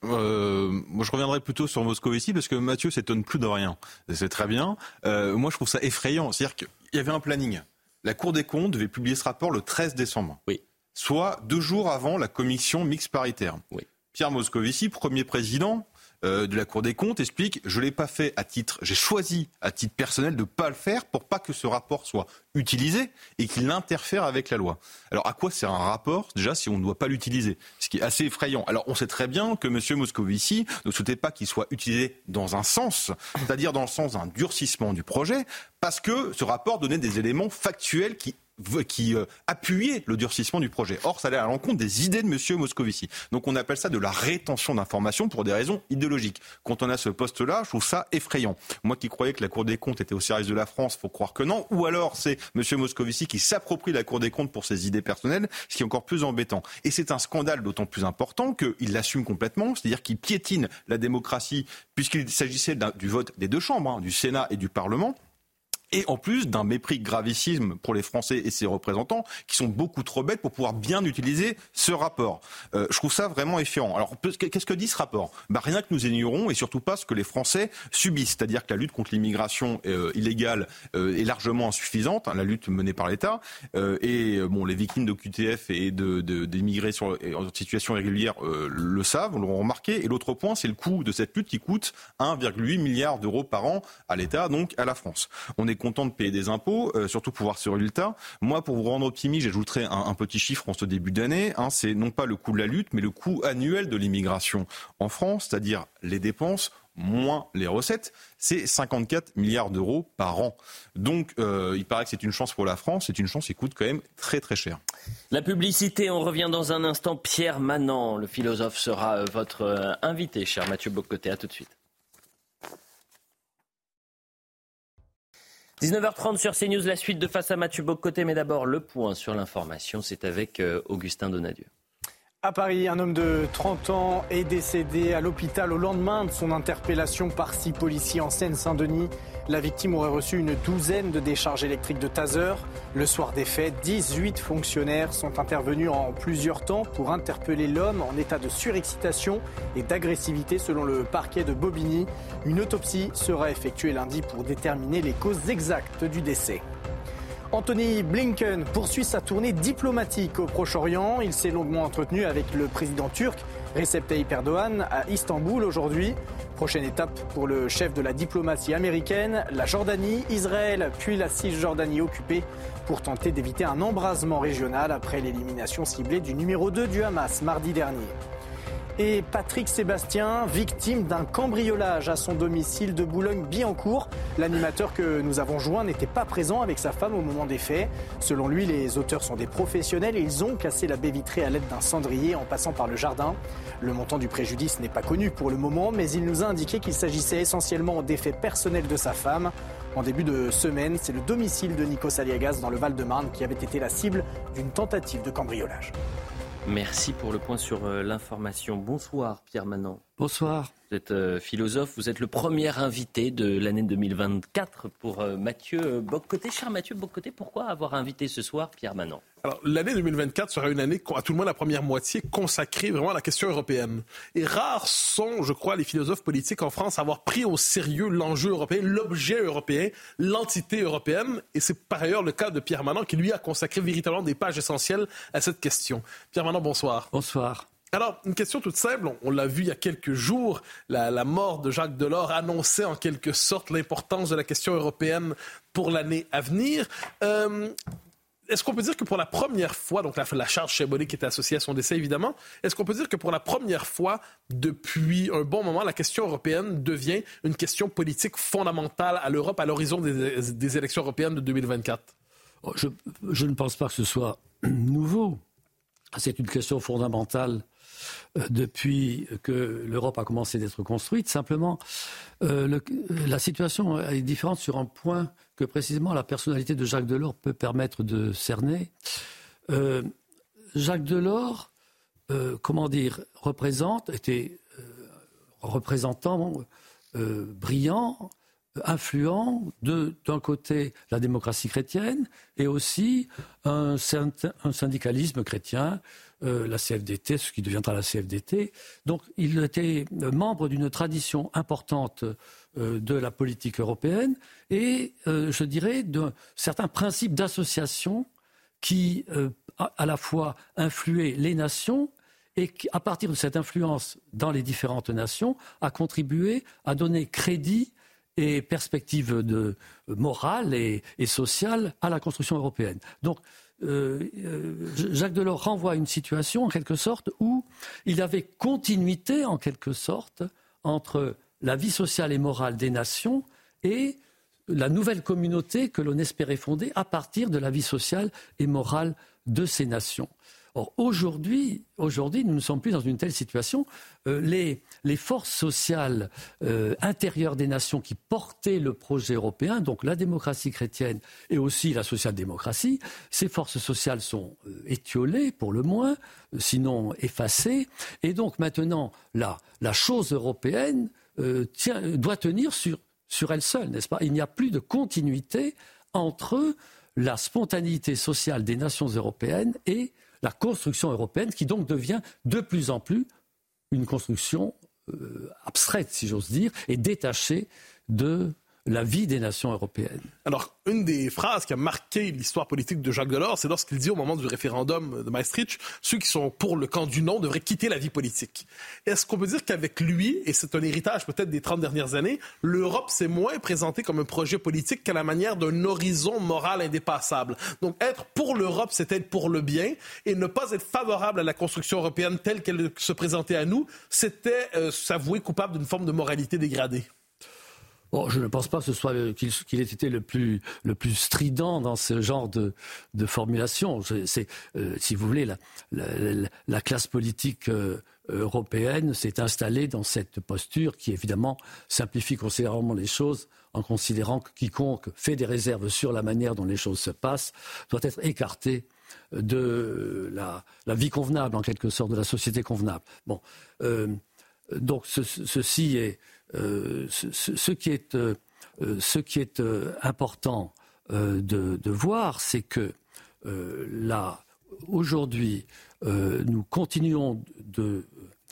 Euh, moi, je reviendrai plutôt sur Moscovici parce que Mathieu s'étonne plus de rien. C'est très bien. Euh, moi, je trouve ça effrayant. C'est-à-dire qu'il y avait un planning. La Cour des comptes devait publier ce rapport le treize décembre. Oui. Soit deux jours avant la commission mixte paritaire. Oui. Pierre Moscovici, premier président euh, de la Cour des comptes, explique « Je ne l'ai pas fait à titre... J'ai choisi à titre personnel de ne pas le faire pour pas que ce rapport soit utilisé et qu'il interfère avec la loi. » Alors, à quoi sert un rapport, déjà, si on ne doit pas l'utiliser? Ce qui est assez effrayant. Alors, on sait très bien que M. Moscovici ne souhaitait pas qu'il soit utilisé dans un sens, c'est-à-dire dans le sens d'un durcissement du projet, parce que ce rapport donnait des éléments factuels qui qui euh, appuyait le durcissement du projet. Or, ça allait à l'encontre des idées de M. Moscovici. Donc, on appelle ça de la rétention d'informations pour des raisons idéologiques. Quand on a ce poste-là, je trouve ça effrayant. Moi qui croyais que la Cour des comptes était au service de la France, faut croire que non. Ou alors, c'est M. Moscovici qui s'approprie la Cour des comptes pour ses idées personnelles, ce qui est encore plus embêtant. Et c'est un scandale d'autant plus important qu'il l'assume complètement, c'est-à-dire qu'il piétine la démocratie, puisqu'il s'agissait du vote des deux chambres, hein, du Sénat et du Parlement. Et en plus d'un mépris gravissime pour les Français et ses représentants, qui sont beaucoup trop bêtes pour pouvoir bien utiliser ce rapport. Euh, je trouve ça vraiment effrayant. Alors, qu'est-ce que dit ce rapport? Bah, rien que nous ignorons, et surtout pas ce que les Français subissent. C'est-à-dire que la lutte contre l'immigration euh, illégale euh, est largement insuffisante, hein, la lutte menée par l'État. Euh, et euh, bon, les victimes de Q T F et de, de, d'immigrés sur, en situation irrégulière euh, le savent, on l'aura remarqué. Et l'autre point, c'est le coût de cette lutte qui coûte un virgule huit milliard d'euros par an à l'État, donc à la France. On est content de payer des impôts, euh, surtout pour voir ce résultat. Moi, pour vous rendre optimiste, j'ajouterai un, un petit chiffre en ce début d'année. Hein, c'est non pas le coût de la lutte, mais le coût annuel de l'immigration en France, c'est-à-dire les dépenses moins les recettes, c'est cinquante-quatre milliards d'euros par an. Donc, euh, il paraît que c'est une chance pour la France, c'est une chance qui coûte quand même très très cher. La publicité, on revient dans un instant. Pierre Manant, le philosophe, sera votre euh, invité, cher Mathieu Bock-Côté. À tout de suite. dix-neuf heures trente sur CNews, la suite de Face à Mathieu Bock-Côté. Mais d'abord, le point sur l'information, c'est avec euh, Augustin Donadieu. À Paris, un homme de trente ans est décédé à l'hôpital au lendemain de son interpellation par six policiers en Seine-Saint-Denis. La victime aurait reçu une douzaine de décharges électriques de taser. Le soir des faits, dix-huit fonctionnaires sont intervenus en plusieurs temps pour interpeller l'homme en état de surexcitation et d'agressivité selon le parquet de Bobigny. Une autopsie sera effectuée lundi pour déterminer les causes exactes du décès. Anthony Blinken poursuit sa tournée diplomatique au Proche-Orient. Il s'est longuement entretenu avec le président turc Recep Tayyip Erdogan à Istanbul aujourd'hui. Prochaine étape pour le chef de la diplomatie américaine, la Jordanie, Israël, puis la Cisjordanie occupée pour tenter d'éviter un embrasement régional après l'élimination ciblée du numéro deux du Hamas mardi dernier. Et Patrick Sébastien, victime d'un cambriolage à son domicile de Boulogne-Billancourt. L'animateur que nous avons joint n'était pas présent avec sa femme au moment des faits. Selon lui, les auteurs sont des professionnels et ils ont cassé la baie vitrée à l'aide d'un cendrier en passant par le jardin. Le montant du préjudice n'est pas connu pour le moment, mais il nous a indiqué qu'il s'agissait essentiellement des faits personnels de sa femme. En début de semaine, c'est le domicile de Nikos Aliagas dans le Val-de-Marne qui avait été la cible d'une tentative de cambriolage. Merci pour le point sur euh, l'information. Bonsoir Pierre Manant. Bonsoir. Vous êtes euh, philosophe, vous êtes le premier invité de l'année deux mille vingt-quatre pour euh, Mathieu Bock-Côté. Cher Mathieu Bock-Côté, pourquoi avoir invité ce soir Pierre Manant? Alors, l'année deux mille vingt-quatre sera une année, à tout le moins la première moitié, consacrée vraiment à la question européenne. Et rares sont, je crois, les philosophes politiques en France à avoir pris au sérieux l'enjeu européen, l'objet européen, l'entité européenne. Et c'est par ailleurs le cas de Pierre Manant qui, lui, a consacré véritablement des pages essentielles à cette question. Pierre Manant, bonsoir. Bonsoir. Alors, une question toute simple, on, on l'a vu il y a quelques jours, la, la mort de Jacques Delors annonçait en quelque sorte l'importance de la question européenne pour l'année à venir. Euh, est-ce qu'on peut dire que pour la première fois, donc la, la charge symbolique était associée à son décès évidemment, est-ce qu'on peut dire que pour la première fois depuis un bon moment, la question européenne devient une question politique fondamentale à l'Europe à l'horizon des, des élections européennes de deux mille vingt-quatre? Je, je ne pense pas que ce soit nouveau. C'est une question fondamentale euh, depuis que l'Europe a commencé d'être construite. Simplement, euh, le, la situation est différente sur un point que précisément la personnalité de Jacques Delors peut permettre de cerner. Euh, Jacques Delors, euh, comment dire, représente, était euh, représentant euh, brillant, influent de, d'un côté la démocratie chrétienne et aussi un, un syndicalisme chrétien, euh, la C F D T, ce qui deviendra la C F D T. Donc il était membre d'une tradition importante euh, de la politique européenne et, euh, je dirais, de certains principes d'association qui, euh, à, à la fois, influaient les nations et qui, à partir de cette influence dans les différentes nations, a contribué à donner crédit et perspectives de, euh, morales et, et sociales à la construction européenne. Donc, euh, euh, Jacques Delors renvoie à une situation, en quelque sorte, où il y avait continuité, en quelque sorte, entre la vie sociale et morale des nations et la nouvelle communauté que l'on espérait fonder à partir de la vie sociale et morale de ces nations. Or, aujourd'hui, aujourd'hui, nous ne sommes plus dans une telle situation. Euh, les, les forces sociales euh, intérieures des nations qui portaient le projet européen, donc la démocratie chrétienne et aussi la social-démocratie, ces forces sociales sont euh, étiolées, pour le moins, sinon effacées. Et donc maintenant, la, la chose européenne euh, tient, doit tenir sur, sur elle seule, n'est-ce pas ? Il n'y a plus de continuité entre la spontanéité sociale des nations européennes et la construction européenne, qui donc devient de plus en plus une construction euh, abstraite, si j'ose dire, et détachée de la vie des nations européennes. Alors, une des phrases qui a marqué l'histoire politique de Jacques Delors, c'est lorsqu'il dit au moment du référendum de Maastricht, ceux qui sont pour le camp du non devraient quitter la vie politique. Est-ce qu'on peut dire qu'avec lui, et c'est un héritage peut-être des trente dernières années, l'Europe s'est moins présentée comme un projet politique qu'à la manière d'un horizon moral indépassable? Donc, être pour l'Europe, c'est être pour le bien, et ne pas être favorable à la construction européenne telle qu'elle se présentait à nous, c'était euh, s'avouer coupable d'une forme de moralité dégradée. Bon, je ne pense pas que ce soit le, qu'il, qu'il ait été le plus, le plus strident dans ce genre de, de formulation. C'est, c'est euh, si vous voulez, la, la, la classe politique euh, européenne s'est installée dans cette posture qui, évidemment, simplifie considérablement les choses en considérant que quiconque fait des réserves sur la manière dont les choses se passent doit être écarté de la, la vie convenable, en quelque sorte, de la société convenable. Bon, euh, donc ce, ceci est... Euh, ce, ce, ce qui est, euh, ce qui est euh, important euh, de, de voir, c'est que euh, là, aujourd'hui, euh, nous continuons de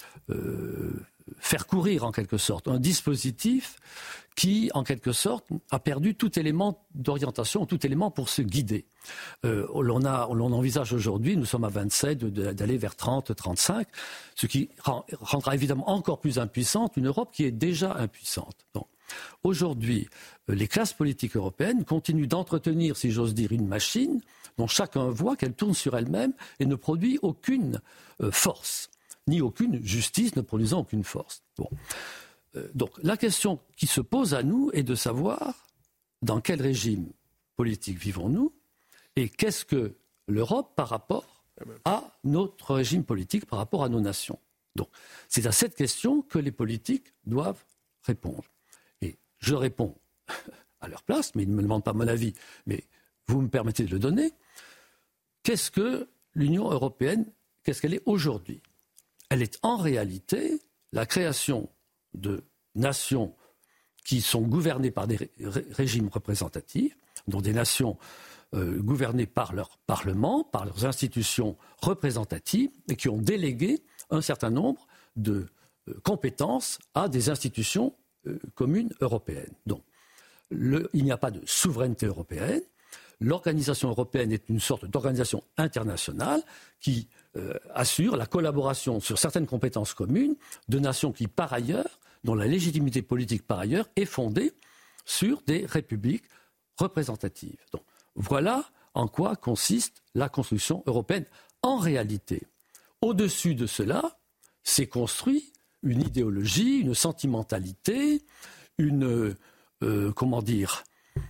euh, faire courir, en quelque sorte, un dispositif qui, en quelque sorte, a perdu tout élément d'orientation, tout élément pour se guider. Euh, l'on, a, l'on envisage aujourd'hui, nous sommes à vingt-sept, de, de, d'aller vers trente, trente-cinq, ce qui rend, rendra évidemment encore plus impuissante une Europe qui est déjà impuissante. Donc, aujourd'hui, euh, les classes politiques européennes continuent d'entretenir, si j'ose dire, une machine dont chacun voit qu'elle tourne sur elle-même et ne produit aucune euh, force, ni aucune justice ne produisant aucune force. Bon. Donc la question qui se pose à nous est de savoir dans quel régime politique vivons-nous et qu'est-ce que l'Europe par rapport à notre régime politique, par rapport à nos nations. Donc c'est à cette question que les politiques doivent répondre. Et je réponds à leur place, mais ils ne me demandent pas mon avis, mais vous me permettez de le donner. Qu'est-ce que l'Union européenne, qu'est-ce qu'elle est aujourd'hui ? Elle est en réalité la création de nations qui sont gouvernées par des ré- régimes représentatifs, dont des nations euh, gouvernées par leur parlement, par leurs institutions représentatives, et qui ont délégué un certain nombre de euh, compétences à des institutions euh, communes européennes. Donc, le, il n'y a pas de souveraineté européenne. L'organisation européenne est une sorte d'organisation internationale qui euh, assure la collaboration sur certaines compétences communes de nations qui, par ailleurs, dont la légitimité politique, par ailleurs, est fondée sur des républiques représentatives. Donc, voilà en quoi consiste la construction européenne. En réalité, au-dessus de cela, s'est construit une idéologie, une sentimentalité, une, euh, comment dire,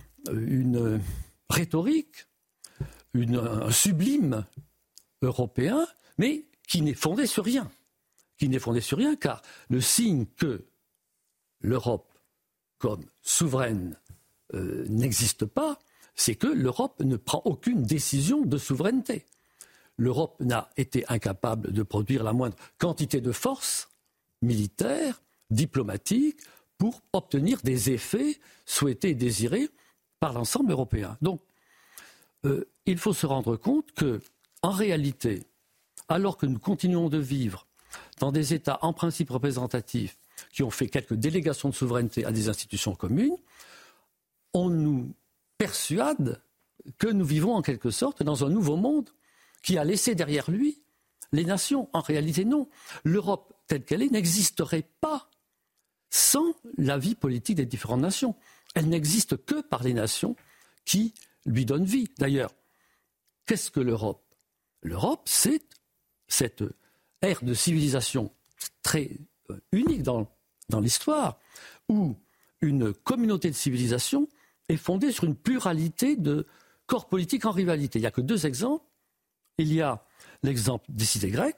une rhétorique, une, un sublime européen mais qui n'est fondée sur rien. Qui n'est fondée sur rien, car le signe que l'Europe, comme souveraine, euh, n'existe pas, c'est que l'Europe ne prend aucune décision de souveraineté. L'Europe n'a été incapable de produire la moindre quantité de forces militaires, diplomatiques, pour obtenir des effets souhaités et désirés par l'ensemble européen. Donc, euh, il faut se rendre compte que, en réalité, alors que nous continuons de vivre dans des États en principe représentatifs qui ont fait quelques délégations de souveraineté à des institutions communes, on nous persuade que nous vivons en quelque sorte dans un nouveau monde qui a laissé derrière lui les nations. En réalité, non. L'Europe telle qu'elle est n'existerait pas sans la vie politique des différentes nations. Elle n'existe que par les nations qui lui donnent vie. D'ailleurs, qu'est-ce que l'Europe ? L'Europe, c'est cette ère de civilisation très euh, unique dans, dans l'histoire, où une communauté de civilisation est fondée sur une pluralité de corps politiques en rivalité. Il n'y a que deux exemples. Il y a l'exemple des cités grecques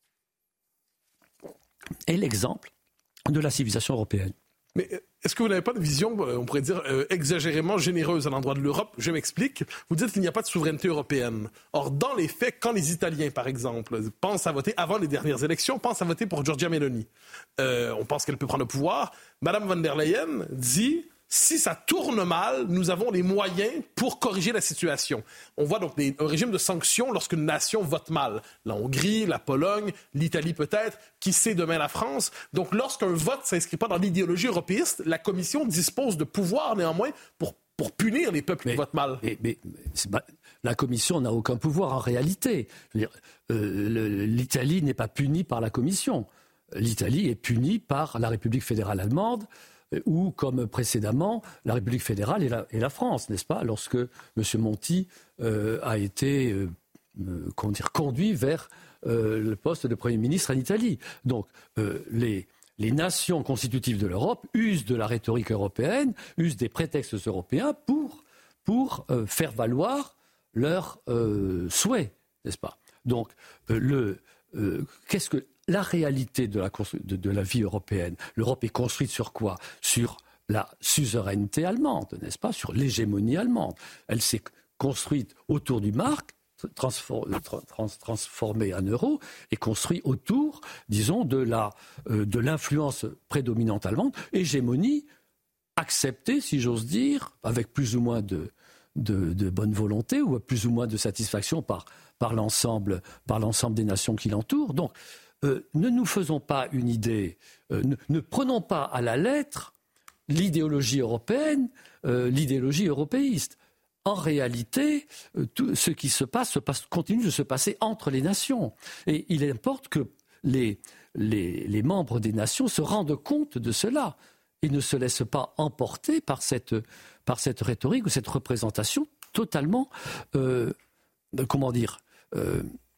et l'exemple de la civilisation européenne. Mais est-ce que vous n'avez pas de vision, on pourrait dire, euh, exagérément généreuse à l'endroit de l'Europe ? Je m'explique. Vous dites qu'il n'y a pas de souveraineté européenne. Or, dans les faits, quand les Italiens, par exemple, pensent à voter, avant les dernières élections, pensent à voter pour Giorgia Meloni, euh, on pense qu'elle peut prendre le pouvoir, Mme von der Leyen dit... Si ça tourne mal, nous avons les moyens pour corriger la situation. On voit donc des, un régime de sanctions lorsqu'une nation vote mal. La Hongrie, la Pologne, l'Italie peut-être, qui sait demain la France. Donc lorsqu'un vote ne s'inscrit pas dans l'idéologie européiste, la Commission dispose de pouvoir néanmoins pour, pour punir les peuples mais, qui votent mal. Mais, mais, mais pas, la Commission n'a aucun pouvoir en réalité. Je veux dire, euh, le, l'Italie n'est pas punie par la Commission. L'Italie est punie par la République fédérale allemande, ou, comme précédemment, la République fédérale et la, et la France, n'est-ce pas, lorsque M. Monti euh, a été euh, euh, comment dire, conduit vers euh, le poste de Premier ministre en Italie. Donc, euh, les, les nations constitutives de l'Europe usent de la rhétorique européenne, usent des prétextes européens pour, pour euh, faire valoir leurs euh, souhaits, n'est-ce pas ? Donc, euh, le, euh, qu'est-ce que... La réalité de la, de, de la vie européenne, l'Europe est construite sur quoi ? Sur la suzeraineté allemande, n'est-ce pas ? Sur l'hégémonie allemande. Elle s'est construite autour du mark, transform, trans, transformée en euro, et construite autour, disons, de, la, euh, de l'influence prédominante allemande, hégémonie acceptée, si j'ose dire, avec plus ou moins de, de, de bonne volonté ou plus ou moins de satisfaction par, par, l'ensemble, par l'ensemble des nations qui l'entourent. Donc, Euh, ne nous faisons pas une idée, euh, ne, ne prenons pas à la lettre l'idéologie européenne, euh, l'idéologie européiste. En réalité, euh, tout ce qui se passe, se passe continue de se passer entre les nations. Et il importe que les, les, les membres des nations se rendent compte de cela et ne se laissent pas emporter par cette, par cette rhétorique ou cette représentation totalement, euh, comment dire, euh,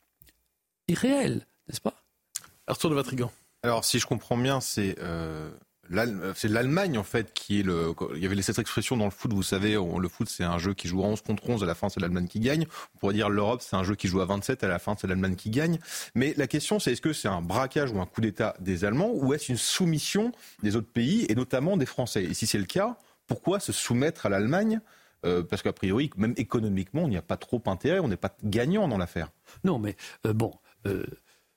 irréelle, n'est-ce pas ? Arthur de Vatrigan. Alors, si je comprends bien, c'est, euh, c'est l'Allemagne, en fait, qui est le... Il y avait cette expression dans le foot, vous savez, le foot, c'est un jeu qui joue à onze contre onze, à la fin, c'est l'Allemagne qui gagne. On pourrait dire l'Europe, c'est un jeu qui joue à vingt-sept, à la fin, c'est l'Allemagne qui gagne. Mais la question, c'est est-ce que c'est un braquage ou un coup d'État des Allemands, ou est-ce une soumission des autres pays, et notamment des Français ? Et si c'est le cas, pourquoi se soumettre à l'Allemagne ? euh, Parce qu'a priori, même économiquement, on n'y a pas trop intérêt, on n'est pas gagnant dans l'affaire. Non, mais euh, bon... Euh...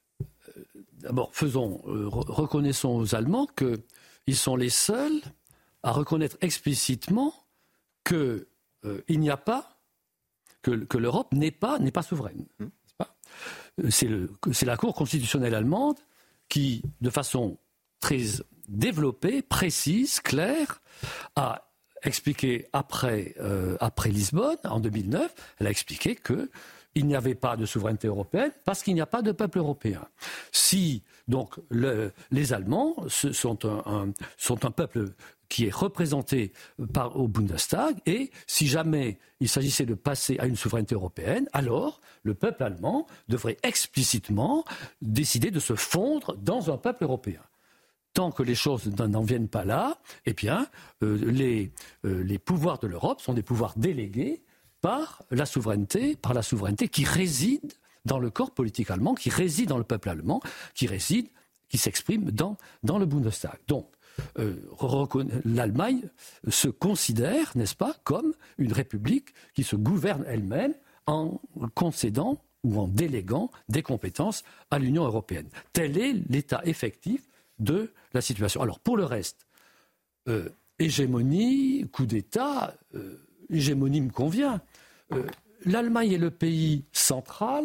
D'abord, faisons, euh, reconnaissons aux Allemands qu'ils sont les seuls à reconnaître explicitement qu'il euh, n'y a pas, que, que l'Europe n'est pas, n'est pas souveraine. Mmh. C'est, pas c'est, le, c'est la Cour constitutionnelle allemande qui, de façon très développée, précise, claire, a expliqué après, euh, après Lisbonne, en deux mille neuf, elle a expliqué que il n'y avait pas de souveraineté européenne parce qu'il n'y a pas de peuple européen. Si, donc, le, les Allemands sont un, un, sont un peuple qui est représenté par, au Bundestag, et si jamais il s'agissait de passer à une souveraineté européenne, alors le peuple allemand devrait explicitement décider de se fondre dans un peuple européen. Tant que les choses n'en viennent pas là, eh bien, euh, les, euh, les pouvoirs de l'Europe sont des pouvoirs délégués par la souveraineté, par la souveraineté qui réside dans le corps politique allemand, qui réside dans le peuple allemand, qui réside, qui s'exprime dans, dans le Bundestag. Donc, euh, l'Allemagne se considère, n'est-ce pas, comme une république qui se gouverne elle-même en concédant ou en déléguant des compétences à l'Union européenne. Tel est l'état effectif de la situation. Alors, pour le reste, euh, hégémonie, coup d'État, euh, hégémonie me convient. Euh, L'Allemagne est le pays central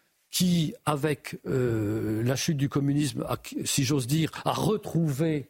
qui, avec euh, la chute du communisme, a, si j'ose dire, a retrouvé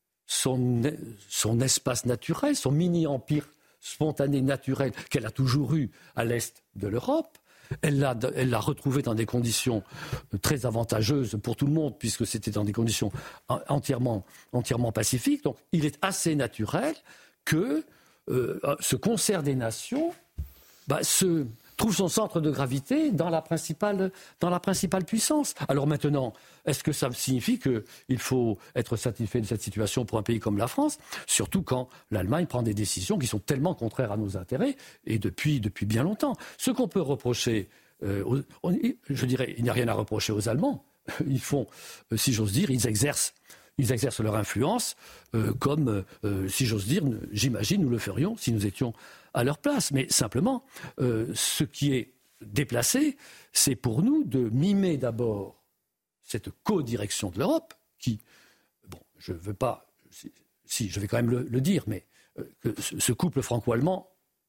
son, son espace naturel, son mini-empire spontané naturel qu'elle a toujours eu à l'est de l'Europe. Elle l'a, elle l'a retrouvé dans des conditions très avantageuses pour tout le monde, puisque c'était dans des conditions entièrement, entièrement pacifiques. Donc il est assez naturel que euh, ce concert des nations bah, se trouve son centre de gravité dans la principale, dans la principale puissance. Alors maintenant, est-ce que ça signifie qu'il faut être satisfait de cette situation pour un pays comme la France, surtout quand l'Allemagne prend des décisions qui sont tellement contraires à nos intérêts, et depuis, depuis bien longtemps. Ce qu'on peut reprocher, euh, aux, on, je dirais, il n'y a rien à reprocher aux Allemands. Ils font, euh, si j'ose dire, ils exercent, ils exercent leur influence euh, comme, euh, si j'ose dire, j'imagine, nous le ferions si nous étions à leur place. Mais simplement, euh, ce qui est déplacé, c'est pour nous de mimer d'abord cette co-direction de l'Europe, qui, bon, je ne veux pas, si, si, je vais quand même le, le dire, mais euh, que ce, ce couple franco-allemand,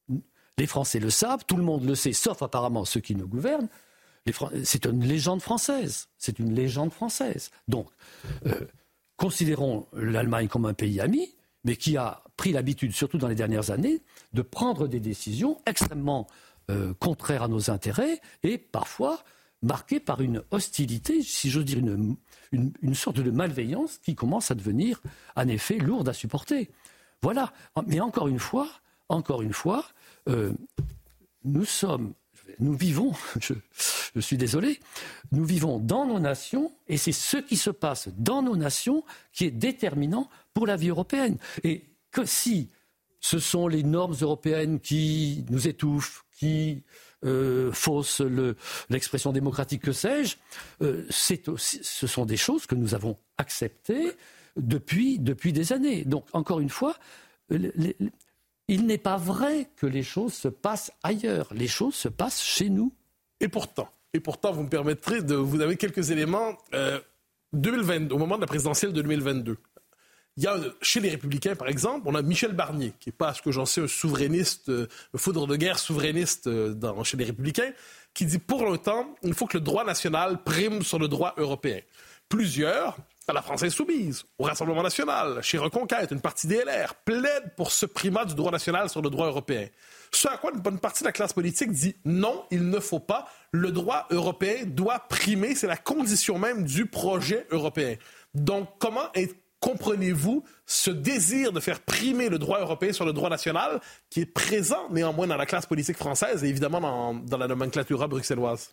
les Français le savent, tout le monde le sait, sauf apparemment ceux qui nous gouvernent, les Fran- c'est une légende française, c'est une légende française. Donc, euh, considérons l'Allemagne comme un pays ami, mais qui a pris l'habitude, surtout dans les dernières années, de prendre des décisions extrêmement euh, contraires à nos intérêts et parfois marquées par une hostilité, si j'ose dire une, une, une sorte de malveillance qui commence à devenir, en effet, lourde à supporter. Voilà. Mais encore une fois, encore une fois, euh, nous sommes, nous vivons, je, je suis désolé, nous vivons dans nos nations et c'est ce qui se passe dans nos nations qui est déterminant pour la vie européenne. Et que si ce sont les normes européennes qui nous étouffent, qui euh, faussent le, l'expression démocratique, que sais-je, euh, c'est aussi, ce sont des choses que nous avons acceptées depuis, depuis des années. Donc, encore une fois, les, les, il n'est pas vrai que les choses se passent ailleurs. Les choses se passent chez nous. Et pourtant, et pourtant, vous me permettrez de vous donner quelques éléments. Euh, deux mille vingt, au moment de la présidentielle de deux mille vingt-deux, il y a, chez les Républicains, par exemple, on a Michel Barnier, qui n'est pas, à ce que j'en sais, un souverainiste, un foudre de guerre souverainiste dans, chez les Républicains, qui dit, pour un temps, il faut que le droit national prime sur le droit européen. Plusieurs, à la France insoumise, au Rassemblement national, chez Reconquête, une partie des L R, plaident pour ce primat du droit national sur le droit européen. Ce à quoi une bonne partie de la classe politique dit non, il ne faut pas. Le droit européen doit primer, c'est la condition même du projet européen. Donc, comment est comprenez-vous ce désir de faire primer le droit européen sur le droit national qui est présent néanmoins dans la classe politique française et évidemment dans, dans la nomenclature bruxelloise?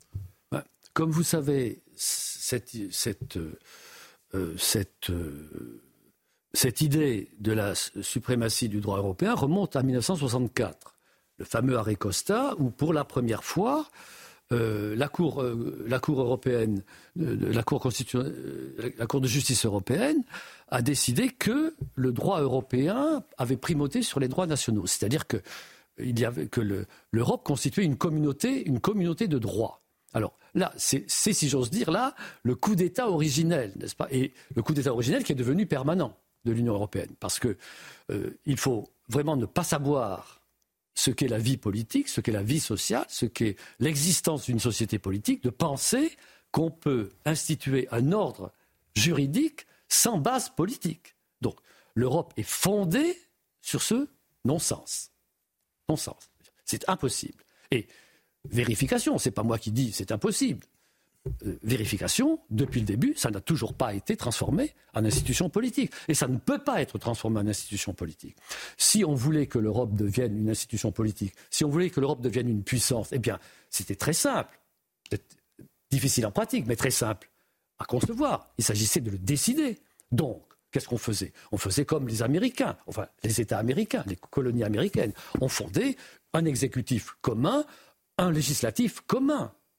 Comme vous savez, cette, cette, euh, cette, euh, cette idée de la suprématie du droit européen remonte à dix-neuf cent soixante-quatre. Le fameux arrêt Costa où pour la première fois Euh, la, cour, euh, la Cour européenne, euh, la, cour constitu... euh, la Cour de justice européenne a décidé que le droit européen avait primauté sur les droits nationaux. C'est-à-dire que, il y avait, que le, l'Europe constituait une communauté, une communauté de droits. Alors là, c'est, c'est, si j'ose dire, là, le coup d'État originel, n'est-ce pas ? Et le coup d'État originel qui est devenu permanent de l'Union européenne. Parce qu'il euh, faut vraiment ne pas savoir ce qu'est la vie politique, ce qu'est la vie sociale, ce qu'est l'existence d'une société politique, de penser qu'on peut instituer un ordre juridique sans base politique. Donc, l'Europe est fondée sur ce non-sens. Non-sens. C'est impossible. Et vérification, c'est pas moi qui dis c'est impossible. Euh, vérification, depuis le début, ça n'a toujours pas été transformé en institution politique. Et ça ne peut pas être transformé en institution politique. Si on voulait que l'Europe devienne une institution politique, si on voulait que l'Europe devienne une puissance, eh bien, c'était très simple. Peut-être difficile en pratique, mais très simple à concevoir. Il s'agissait de le décider. Donc, qu'est-ce qu'on faisait ? On faisait comme les Américains, enfin, les États américains, les colonies américaines. On fondait un exécutif commun, un législatif commun.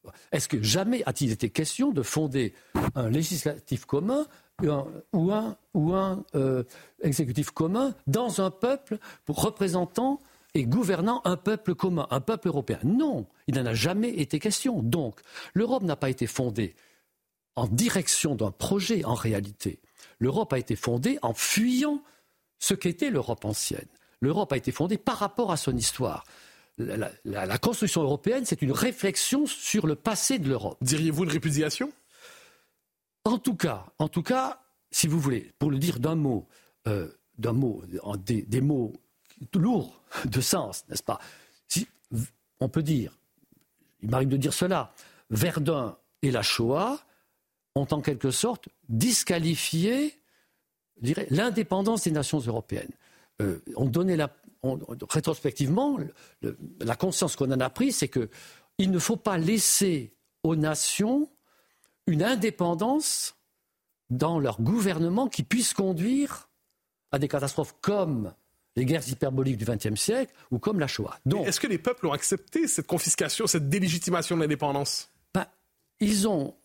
Est-ce que jamais a-t-il été question de fonder un législatif commun un, ou un, ou un euh, exécutif commun dans un peuple pour représentant et gouvernant un peuple commun, un peuple européen? Non, il n'en a jamais été question. Donc, l'Europe n'a pas été fondée en direction d'un projet en réalité. L'Europe a été fondée en fuyant ce qu'était l'Europe ancienne. L'Europe a été fondée par rapport à son histoire. La, la, la construction européenne, c'est une réflexion sur le passé de l'Europe. Diriez-vous une répudiation ? En tout cas, en tout cas, si vous voulez, pour le dire d'un mot, euh, d'un mot, des, des mots lourds de sens, n'est-ce pas ? Si, on peut dire, il m'arrive de dire cela, Verdun et la Shoah ont en quelque sorte disqualifié, je dirais, l'indépendance des nations européennes. Euh, on donnait la, on, rétrospectivement, le, la conscience qu'on en a prise, c'est qu'il ne faut pas laisser aux nations une indépendance dans leur gouvernement qui puisse conduire à des catastrophes comme les guerres hyperboliques du vingtième siècle ou comme la Shoah. Donc, est-ce que les peuples ont accepté cette confiscation, cette délégitimation de l'indépendance ? Ben, ils ont...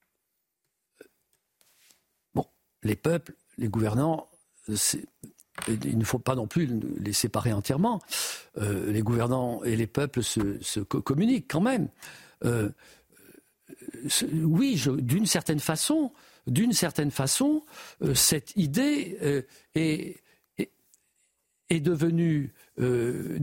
Bon, les peuples, les gouvernants, c'est... il ne faut pas non plus les séparer entièrement. Euh, les gouvernants et les peuples se, se communiquent quand même. Euh, oui, je, d'une certaine façon, d'une certaine façon, euh, cette idée euh, est, est, est devenue, euh,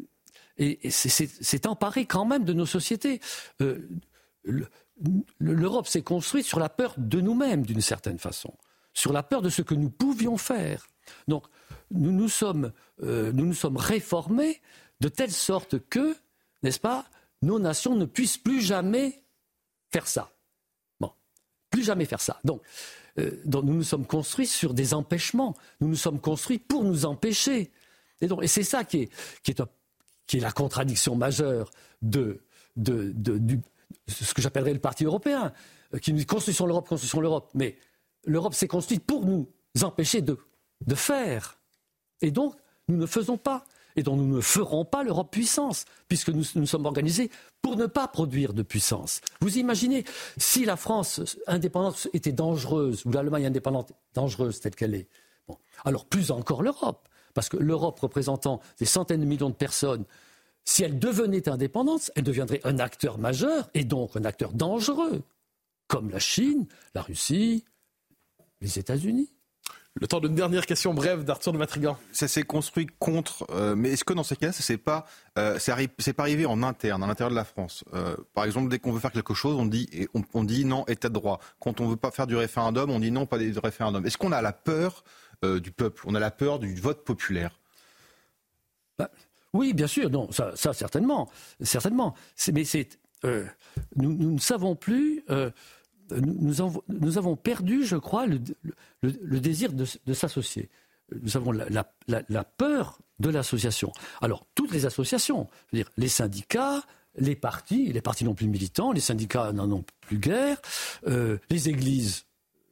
et, et c'est, c'est, c'est emparé quand même de nos sociétés. Euh, le, l'Europe s'est construite sur la peur de nous-mêmes, d'une certaine façon, sur la peur de ce que nous pouvions faire. Donc, nous nous sommes, euh, nous nous sommes réformés de telle sorte que, n'est-ce pas, nos nations ne puissent plus jamais faire ça. Bon, plus jamais faire ça. Donc, euh, donc nous nous sommes construits sur des empêchements. Nous nous sommes construits pour nous empêcher. Et, donc, et c'est ça qui est, qui, est un, qui est la contradiction majeure de, de, de, de, de ce que j'appellerais le Parti européen, euh, qui nous dit construisons l'Europe, construisons l'Europe. Mais l'Europe s'est construite pour nous empêcher de, de faire. Et donc, nous ne faisons pas. Et donc, nous ne ferons pas l'Europe puissance, puisque nous nous sommes organisés pour ne pas produire de puissance. Vous imaginez, si la France indépendante était dangereuse, ou l'Allemagne indépendante dangereuse telle qu'elle est, bon, alors plus encore l'Europe, parce que l'Europe représentant des centaines de millions de personnes, si elle devenait indépendante, elle deviendrait un acteur majeur, et donc un acteur dangereux, comme la Chine, la Russie, les États-Unis. Le temps d'une dernière question brève d'Arthur de Vatrigan. Ça s'est construit contre, euh, mais est-ce que dans ces cas-là, ça c'est pas, euh, c'est, arri- c'est pas arrivé en interne, à l'intérieur de la France. Euh, par exemple, dès qu'on veut faire quelque chose, on dit, et on, on dit non, état de droit. Quand on veut pas faire du référendum, on dit non, pas du référendum. Est-ce qu'on a la peur euh, du peuple ? On a la peur du vote populaire ? Bah, oui, bien sûr, non, ça, ça certainement, certainement. C'est, mais c'est, euh, nous, nous ne savons plus. Euh, Nous avons, nous avons perdu, je crois, le, le, le désir de, de s'associer. Nous avons la, la, la, la peur de l'association. Alors, toutes les associations, je veux dire, les syndicats, les partis, les partis n'ont plus militants, les syndicats n'en ont plus guère, euh, les églises,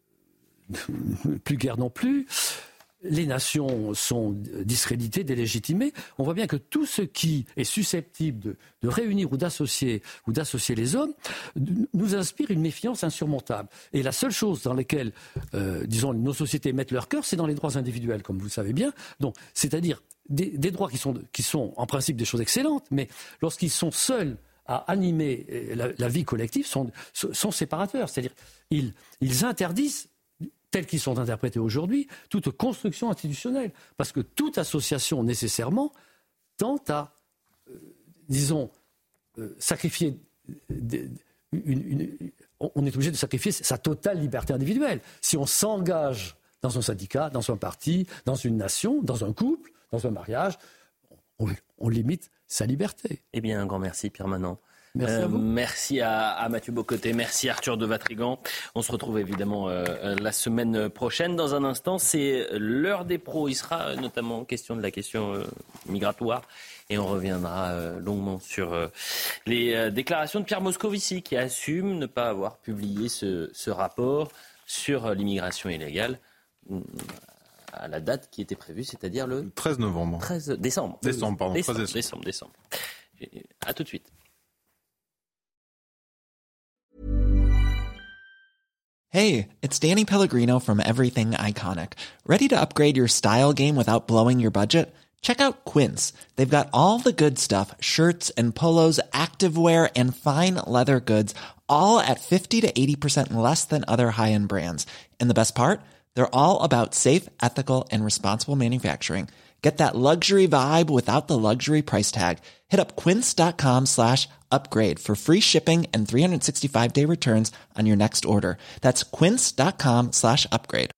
plus guère non plus, les nations sont discréditées, délégitimées. On voit bien que tout ce qui est susceptible de, de réunir ou d'associer, ou d'associer les hommes nous inspire une méfiance insurmontable. Et la seule chose dans laquelle, euh, disons, nos sociétés mettent leur cœur, c'est dans les droits individuels, comme vous le savez bien. Donc, c'est-à-dire des, des droits qui sont, qui sont en principe des choses excellentes, mais lorsqu'ils sont seuls à animer la, la vie collective, sont, sont séparateurs. C'est-à-dire ils, ils interdisent, tels qu'ils sont interprétés aujourd'hui, toute construction institutionnelle. Parce que toute association, nécessairement, tente à, euh, disons, euh, sacrifier... Des, une, une, on est obligé de sacrifier sa totale liberté individuelle. Si on s'engage dans un syndicat, dans un parti, dans une nation, dans un couple, dans un mariage, on, on limite sa liberté. Eh bien, un grand merci, Pierre Manant. Merci à vous. Euh, merci à, à Mathieu Bocoté, merci Arthur de Vatrigan. On se retrouve évidemment euh, la semaine prochaine. Dans un instant, c'est l'heure des pros. Il sera notamment question de la question euh, migratoire. Et on reviendra euh, longuement sur euh, les euh, déclarations de Pierre Moscovici, qui assume ne pas avoir publié ce, ce rapport sur euh, l'immigration illégale euh, à la date qui était prévue, c'est-à-dire le treize novembre. treize décembre. Décembre, pardon. Décembre, décembre, décembre, décembre. À tout de suite. Hey, it's Danny Pellegrino from Everything Iconic. Ready to upgrade your style game without blowing your budget? Check out Quince. They've got all the good stuff, shirts and polos, activewear, and fine leather goods, all at fifty to eighty percent less than other high-end brands. And the best part? They're all about safe, ethical, and responsible manufacturing. Get that luxury vibe without the luxury price tag. Hit up quince.com slash upgrade for free shipping and three sixty-five day returns on your next order. That's quince.com slash upgrade.